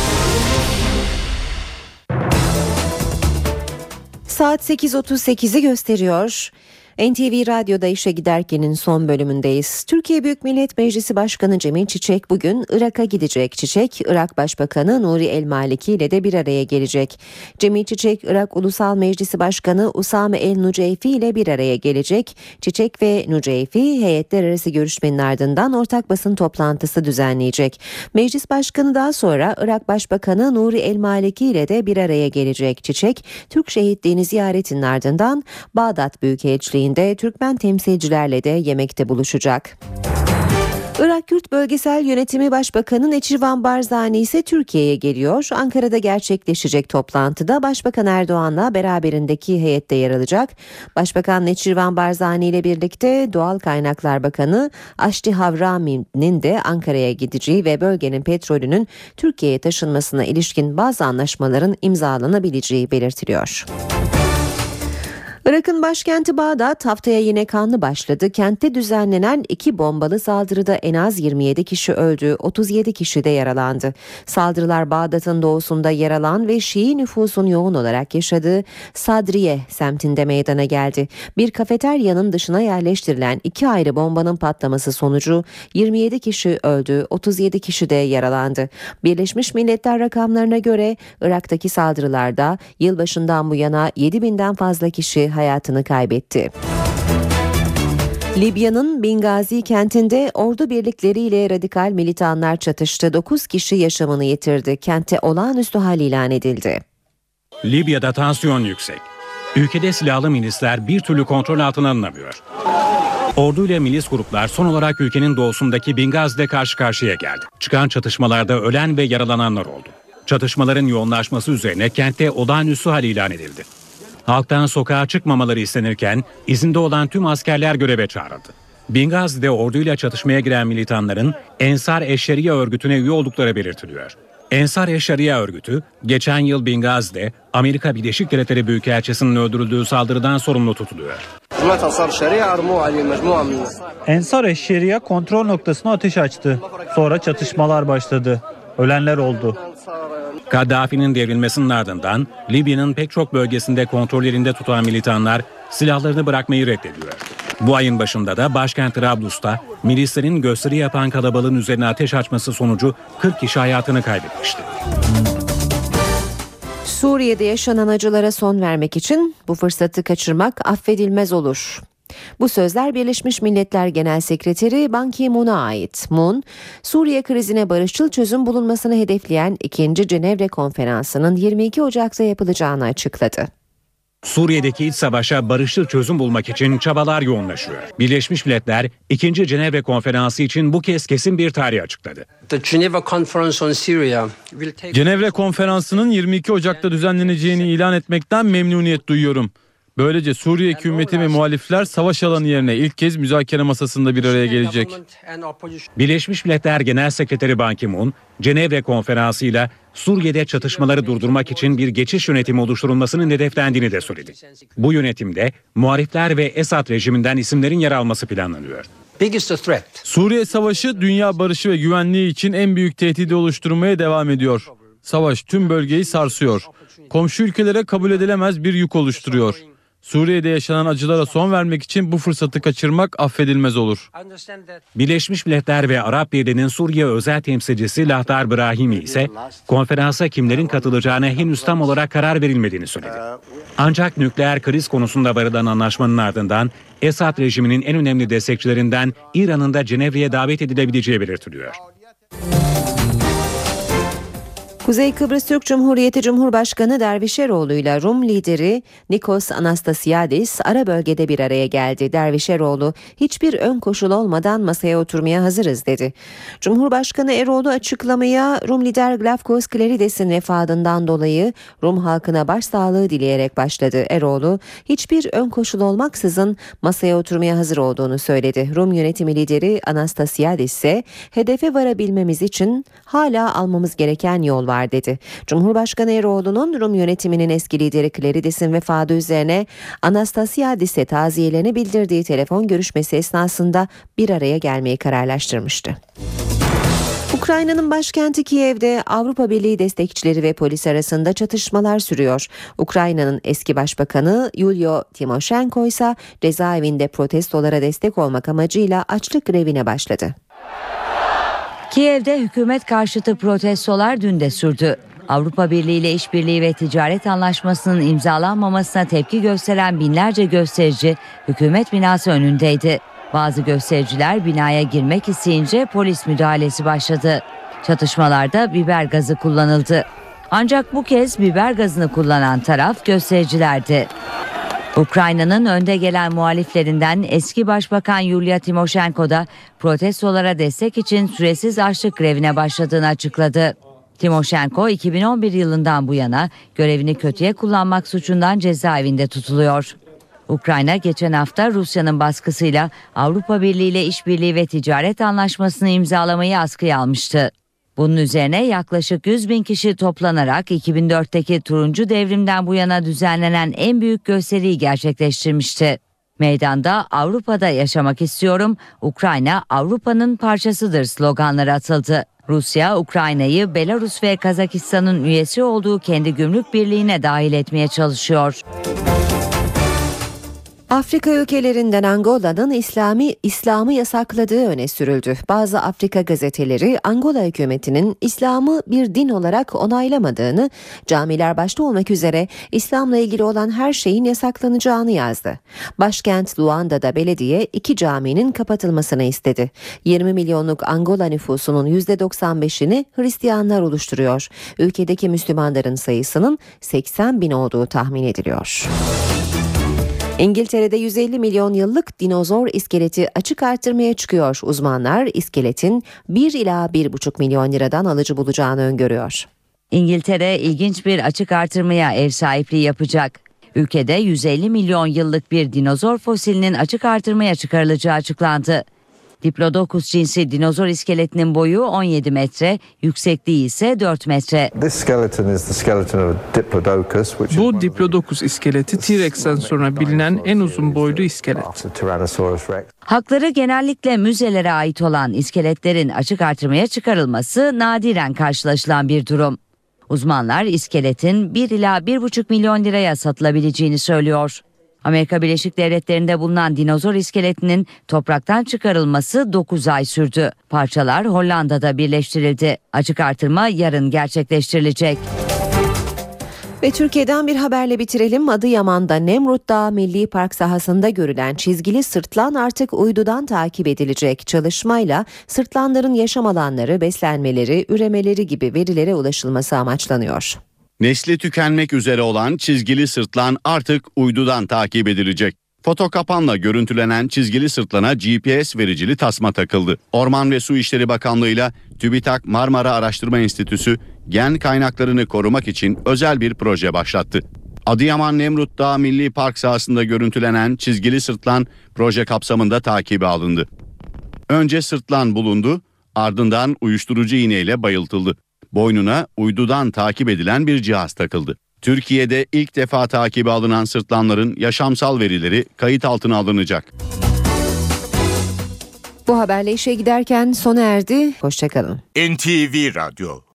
Speaker 2: Saat 8.38'i gösteriyor. NTV Radyo'da işe giderkenin son bölümündeyiz. Türkiye Büyük Millet Meclisi Başkanı Cemil Çiçek bugün Irak'a gidecek. Çiçek, Irak Başbakanı Nuri El-Maliki ile de bir araya gelecek. Cemil Çiçek, Irak Ulusal Meclisi Başkanı Usame El-Nuceyfi ile bir araya gelecek. Çiçek ve Nuceyfi heyetler arası görüşmenin ardından ortak basın toplantısı düzenleyecek. Meclis Başkanı daha sonra Irak Başbakanı Nuri El-Maliki ile de bir araya gelecek. Çiçek, Türk şehitliğini ziyaretinin ardından Bağdat Büyükelçiliği Türkmen temsilcilerle de yemekte buluşacak. Irak Kürt Bölgesel Yönetimi Başbakanı Neçirvan Barzani ise Türkiye'ye geliyor. Ankara'da gerçekleşecek toplantıda Başbakan Erdoğan'la beraberindeki heyette yer alacak. Başbakan Neçirvan Barzani ile birlikte Doğal Kaynaklar Bakanı Aşti Havrami'nin de Ankara'ya gideceği ve bölgenin petrolünün Türkiye'ye taşınmasına ilişkin bazı anlaşmaların imzalanabileceği belirtiliyor. Irak'ın başkenti Bağdat haftaya yine kanlı başladı. Kentte düzenlenen 2 bombalı saldırıda en az 27 kişi öldü, 37 kişi de yaralandı. Saldırılar Bağdat'ın doğusunda yer alan ve Şii nüfusun yoğun olarak yaşadığı Sadriye semtinde meydana geldi. Bir kafeteryanın dışına yerleştirilen 2 ayrı bombanın patlaması sonucu 27 kişi öldü, 37 kişi de yaralandı. Birleşmiş Milletler rakamlarına göre Irak'taki saldırılarda yılbaşından bu yana 7.000'den fazla kişi hayatını kaybetti. Libya'nın Bingazi kentinde ordu birlikleriyle radikal militanlar çatıştı. 9 kişi yaşamını yitirdi. Kentte olağanüstü hal ilan edildi.
Speaker 10: Libya'da tansiyon yüksek. Ülkede silahlı milisler bir türlü kontrol altına alınamıyor. Ordu ile milis gruplar son olarak ülkenin doğusundaki Bingazi'de karşı karşıya geldi. Çıkan çatışmalarda ölen ve yaralananlar oldu. Çatışmaların yoğunlaşması üzerine kentte olağanüstü hal ilan edildi. Halktan sokağa çıkmamaları istenirken izinde olan tüm askerler göreve çağrıldı. Bingazi'de orduyla çatışmaya giren militanların Ensar Eşşeriye örgütüne üye oldukları belirtiliyor. Ensar Eşşeriye örgütü geçen yıl Bingazi'de Amerika Birleşik Devletleri Büyükelçisi'nin öldürüldüğü saldırıdan sorumlu tutuluyor.
Speaker 12: Ensar Eşşeriye kontrol noktasına ateş açtı. Sonra çatışmalar başladı. Ölenler oldu.
Speaker 10: Kaddafi'nin devrilmesinin ardından Libya'nın pek çok bölgesinde kontrollerinde tutan militanlar silahlarını bırakmayı reddediyor. Bu ayın başında da başkent Trablus'ta milislerin gösteri yapan kalabalığın üzerine ateş açması sonucu 40 kişi hayatını kaybetmişti.
Speaker 2: Suriye'de yaşanan acılara son vermek için bu fırsatı kaçırmak affedilmez olur. Bu sözler Birleşmiş Milletler Genel Sekreteri Ban Ki-moon'a ait. Moon, Suriye krizine barışçıl çözüm bulunmasını hedefleyen 2. Cenevre Konferansı'nın 22 Ocak'ta yapılacağını açıkladı.
Speaker 10: Suriye'deki iç savaşa barışçıl çözüm bulmak için çabalar yoğunlaşıyor. Birleşmiş Milletler 2. Cenevre Konferansı için bu kez kesin bir tarih açıkladı.
Speaker 13: Cenevre Konferansı'nın 22 Ocak'ta düzenleneceğini ilan etmekten memnuniyet duyuyorum. Böylece Suriye hükümeti ve muhalifler savaş alanı yerine ilk kez müzakere masasında bir araya gelecek.
Speaker 10: Birleşmiş Milletler Genel Sekreteri Ban Ki-moon, Cenevre Konferansı'yla Suriye'de çatışmaları durdurmak için bir geçiş yönetimi oluşturulmasının hedeflendiğini de söyledi. Bu yönetimde muhalifler ve Esad rejiminden isimlerin yer alması planlanıyor.
Speaker 13: Suriye Savaşı dünya barışı ve güvenliği için en büyük tehdidi oluşturmaya devam ediyor. Savaş tüm bölgeyi sarsıyor. Komşu ülkelere kabul edilemez bir yük oluşturuyor. Suriye'de yaşanan acılara son vermek için bu fırsatı kaçırmak affedilmez olur.
Speaker 10: Birleşmiş Milletler ve Arap Birliği'nin Suriye özel temsilcisi Lahtar Brahimi ise konferansa kimlerin katılacağına henüz tam olarak karar verilmediğini söyledi. Ancak nükleer kriz konusunda varılan anlaşmanın ardından Esad rejiminin en önemli destekçilerinden İran'ın da Cenevre'ye davet edilebileceği belirtiliyor.
Speaker 2: Kuzey Kıbrıs Türk Cumhuriyeti Cumhurbaşkanı Dervişeroğlu ile Rum lideri Nikos Anastasiadis ara bölgede bir araya geldi. Dervişeroğlu hiçbir ön koşul olmadan masaya oturmaya hazırız dedi. Cumhurbaşkanı Eroğlu açıklamaya Rum lider Glafkos Klerides'in vefatından dolayı Rum halkına başsağlığı dileyerek başladı. Eroğlu hiçbir ön koşul olmaksızın masaya oturmaya hazır olduğunu söyledi. Rum yönetimi lideri Anastasiadis ise hedefe varabilmemiz için hala almamız gereken yol var dedi. Cumhurbaşkanı Eroğlu'nun Rum yönetiminin eski lideri Klerides'in vefatı üzerine Anastasiadis'e taziyelerini bildirdiği telefon görüşmesi esnasında bir araya gelmeyi kararlaştırmıştı. Ukrayna'nın başkenti Kiev'de Avrupa Birliği destekçileri ve polis arasında çatışmalar sürüyor. Ukrayna'nın eski başbakanı Yulia Tymoshenko ise cezaevinde protestolara destek olmak amacıyla açlık grevine başladı.
Speaker 14: Kiev'de hükümet karşıtı protestolar dün de sürdü. Avrupa Birliği ile işbirliği ve ticaret anlaşmasının imzalanmamasına tepki gösteren binlerce gösterici hükümet binası önündeydi. Bazı göstericiler binaya girmek isteyince polis müdahalesi başladı. Çatışmalarda biber gazı kullanıldı. Ancak bu kez biber gazını kullanan taraf göstericilerdi. Ukrayna'nın önde gelen muhaliflerinden eski Başbakan Yulia Tymoshenko da protestolara destek için süresiz açlık grevine başladığını açıkladı. Tymoshenko 2011 yılından bu yana görevini kötüye kullanmak suçundan cezaevinde tutuluyor. Ukrayna geçen hafta Rusya'nın baskısıyla Avrupa Birliği ile işbirliği ve ticaret anlaşmasını imzalamayı askıya almıştı. Bunun üzerine yaklaşık 100 bin kişi toplanarak 2004'teki Turuncu Devrim'den bu yana düzenlenen en büyük gösteriyi gerçekleştirmişti. Meydanda "Avrupa'da yaşamak istiyorum, Ukrayna Avrupa'nın parçasıdır" sloganları atıldı. Rusya, Ukrayna'yı Belarus ve Kazakistan'ın üyesi olduğu kendi gümrük birliğine dahil etmeye çalışıyor.
Speaker 2: Afrika ülkelerinden Angola'nın İslam'ı yasakladığı öne sürüldü. Bazı Afrika gazeteleri Angola hükümetinin İslam'ı bir din olarak onaylamadığını, camiler başta olmak üzere İslam'la ilgili olan her şeyin yasaklanacağını yazdı. Başkent Luanda'da belediye 2 caminin kapatılmasını istedi. 20 milyonluk Angola nüfusunun %95'ini Hristiyanlar oluşturuyor. Ülkedeki Müslümanların sayısının 80 bin olduğu tahmin ediliyor. İngiltere'de 150 milyon yıllık dinozor iskeleti açık artırmaya çıkıyor. Uzmanlar iskeletin 1 ila 1,5 milyon liradan alıcı bulacağını öngörüyor.
Speaker 14: İngiltere ilginç bir açık artırmaya ev sahipliği yapacak. Ülkede 150 milyon yıllık bir dinozor fosilinin açık artırmaya çıkarılacağı açıklandı. Diplodocus cinsi dinozor iskeletinin boyu 17 metre, yüksekliği ise 4 metre.
Speaker 15: Bu Diplodocus iskeleti T-Rex'ten sonra bilinen en uzun boylu iskelet.
Speaker 14: Hakları genellikle müzelere ait olan iskeletlerin açık artırmaya çıkarılması nadiren karşılaşılan bir durum. Uzmanlar iskeletin 1 ila 1,5 milyon liraya satılabileceğini söylüyor. Amerika Birleşik Devletleri'nde bulunan dinozor iskeletinin topraktan çıkarılması 9 ay sürdü. Parçalar Hollanda'da birleştirildi. Açık artırma yarın gerçekleştirilecek.
Speaker 2: Ve Türkiye'den bir haberle bitirelim. Adıyaman'da Nemrut Dağı Milli Park sahasında görülen çizgili sırtlan artık uydudan takip edilecek. Çalışmayla sırtlanların yaşam alanları, beslenmeleri, üremeleri gibi verilere ulaşılması amaçlanıyor.
Speaker 7: Nesli tükenmek üzere olan çizgili sırtlan artık uydudan takip edilecek. Foto kapanla görüntülenen çizgili sırtlana GPS vericili tasma takıldı. Orman ve Su İşleri Bakanlığı'yla TÜBİTAK Marmara Araştırma Enstitüsü gen kaynaklarını korumak için özel bir proje başlattı. Adıyaman Nemrut Dağı Milli Park sahasında görüntülenen çizgili sırtlan proje kapsamında takibe alındı. Önce sırtlan bulundu, ardından uyuşturucu iğneyle bayıltıldı. Boynuna uydudan takip edilen bir cihaz takıldı. Türkiye'de ilk defa takibe alınan sırtlanların yaşamsal verileri kayıt altına alınacak.
Speaker 2: Bu haberle işe giderken sona erdi. Hoşçakalın.
Speaker 1: NTV Radyo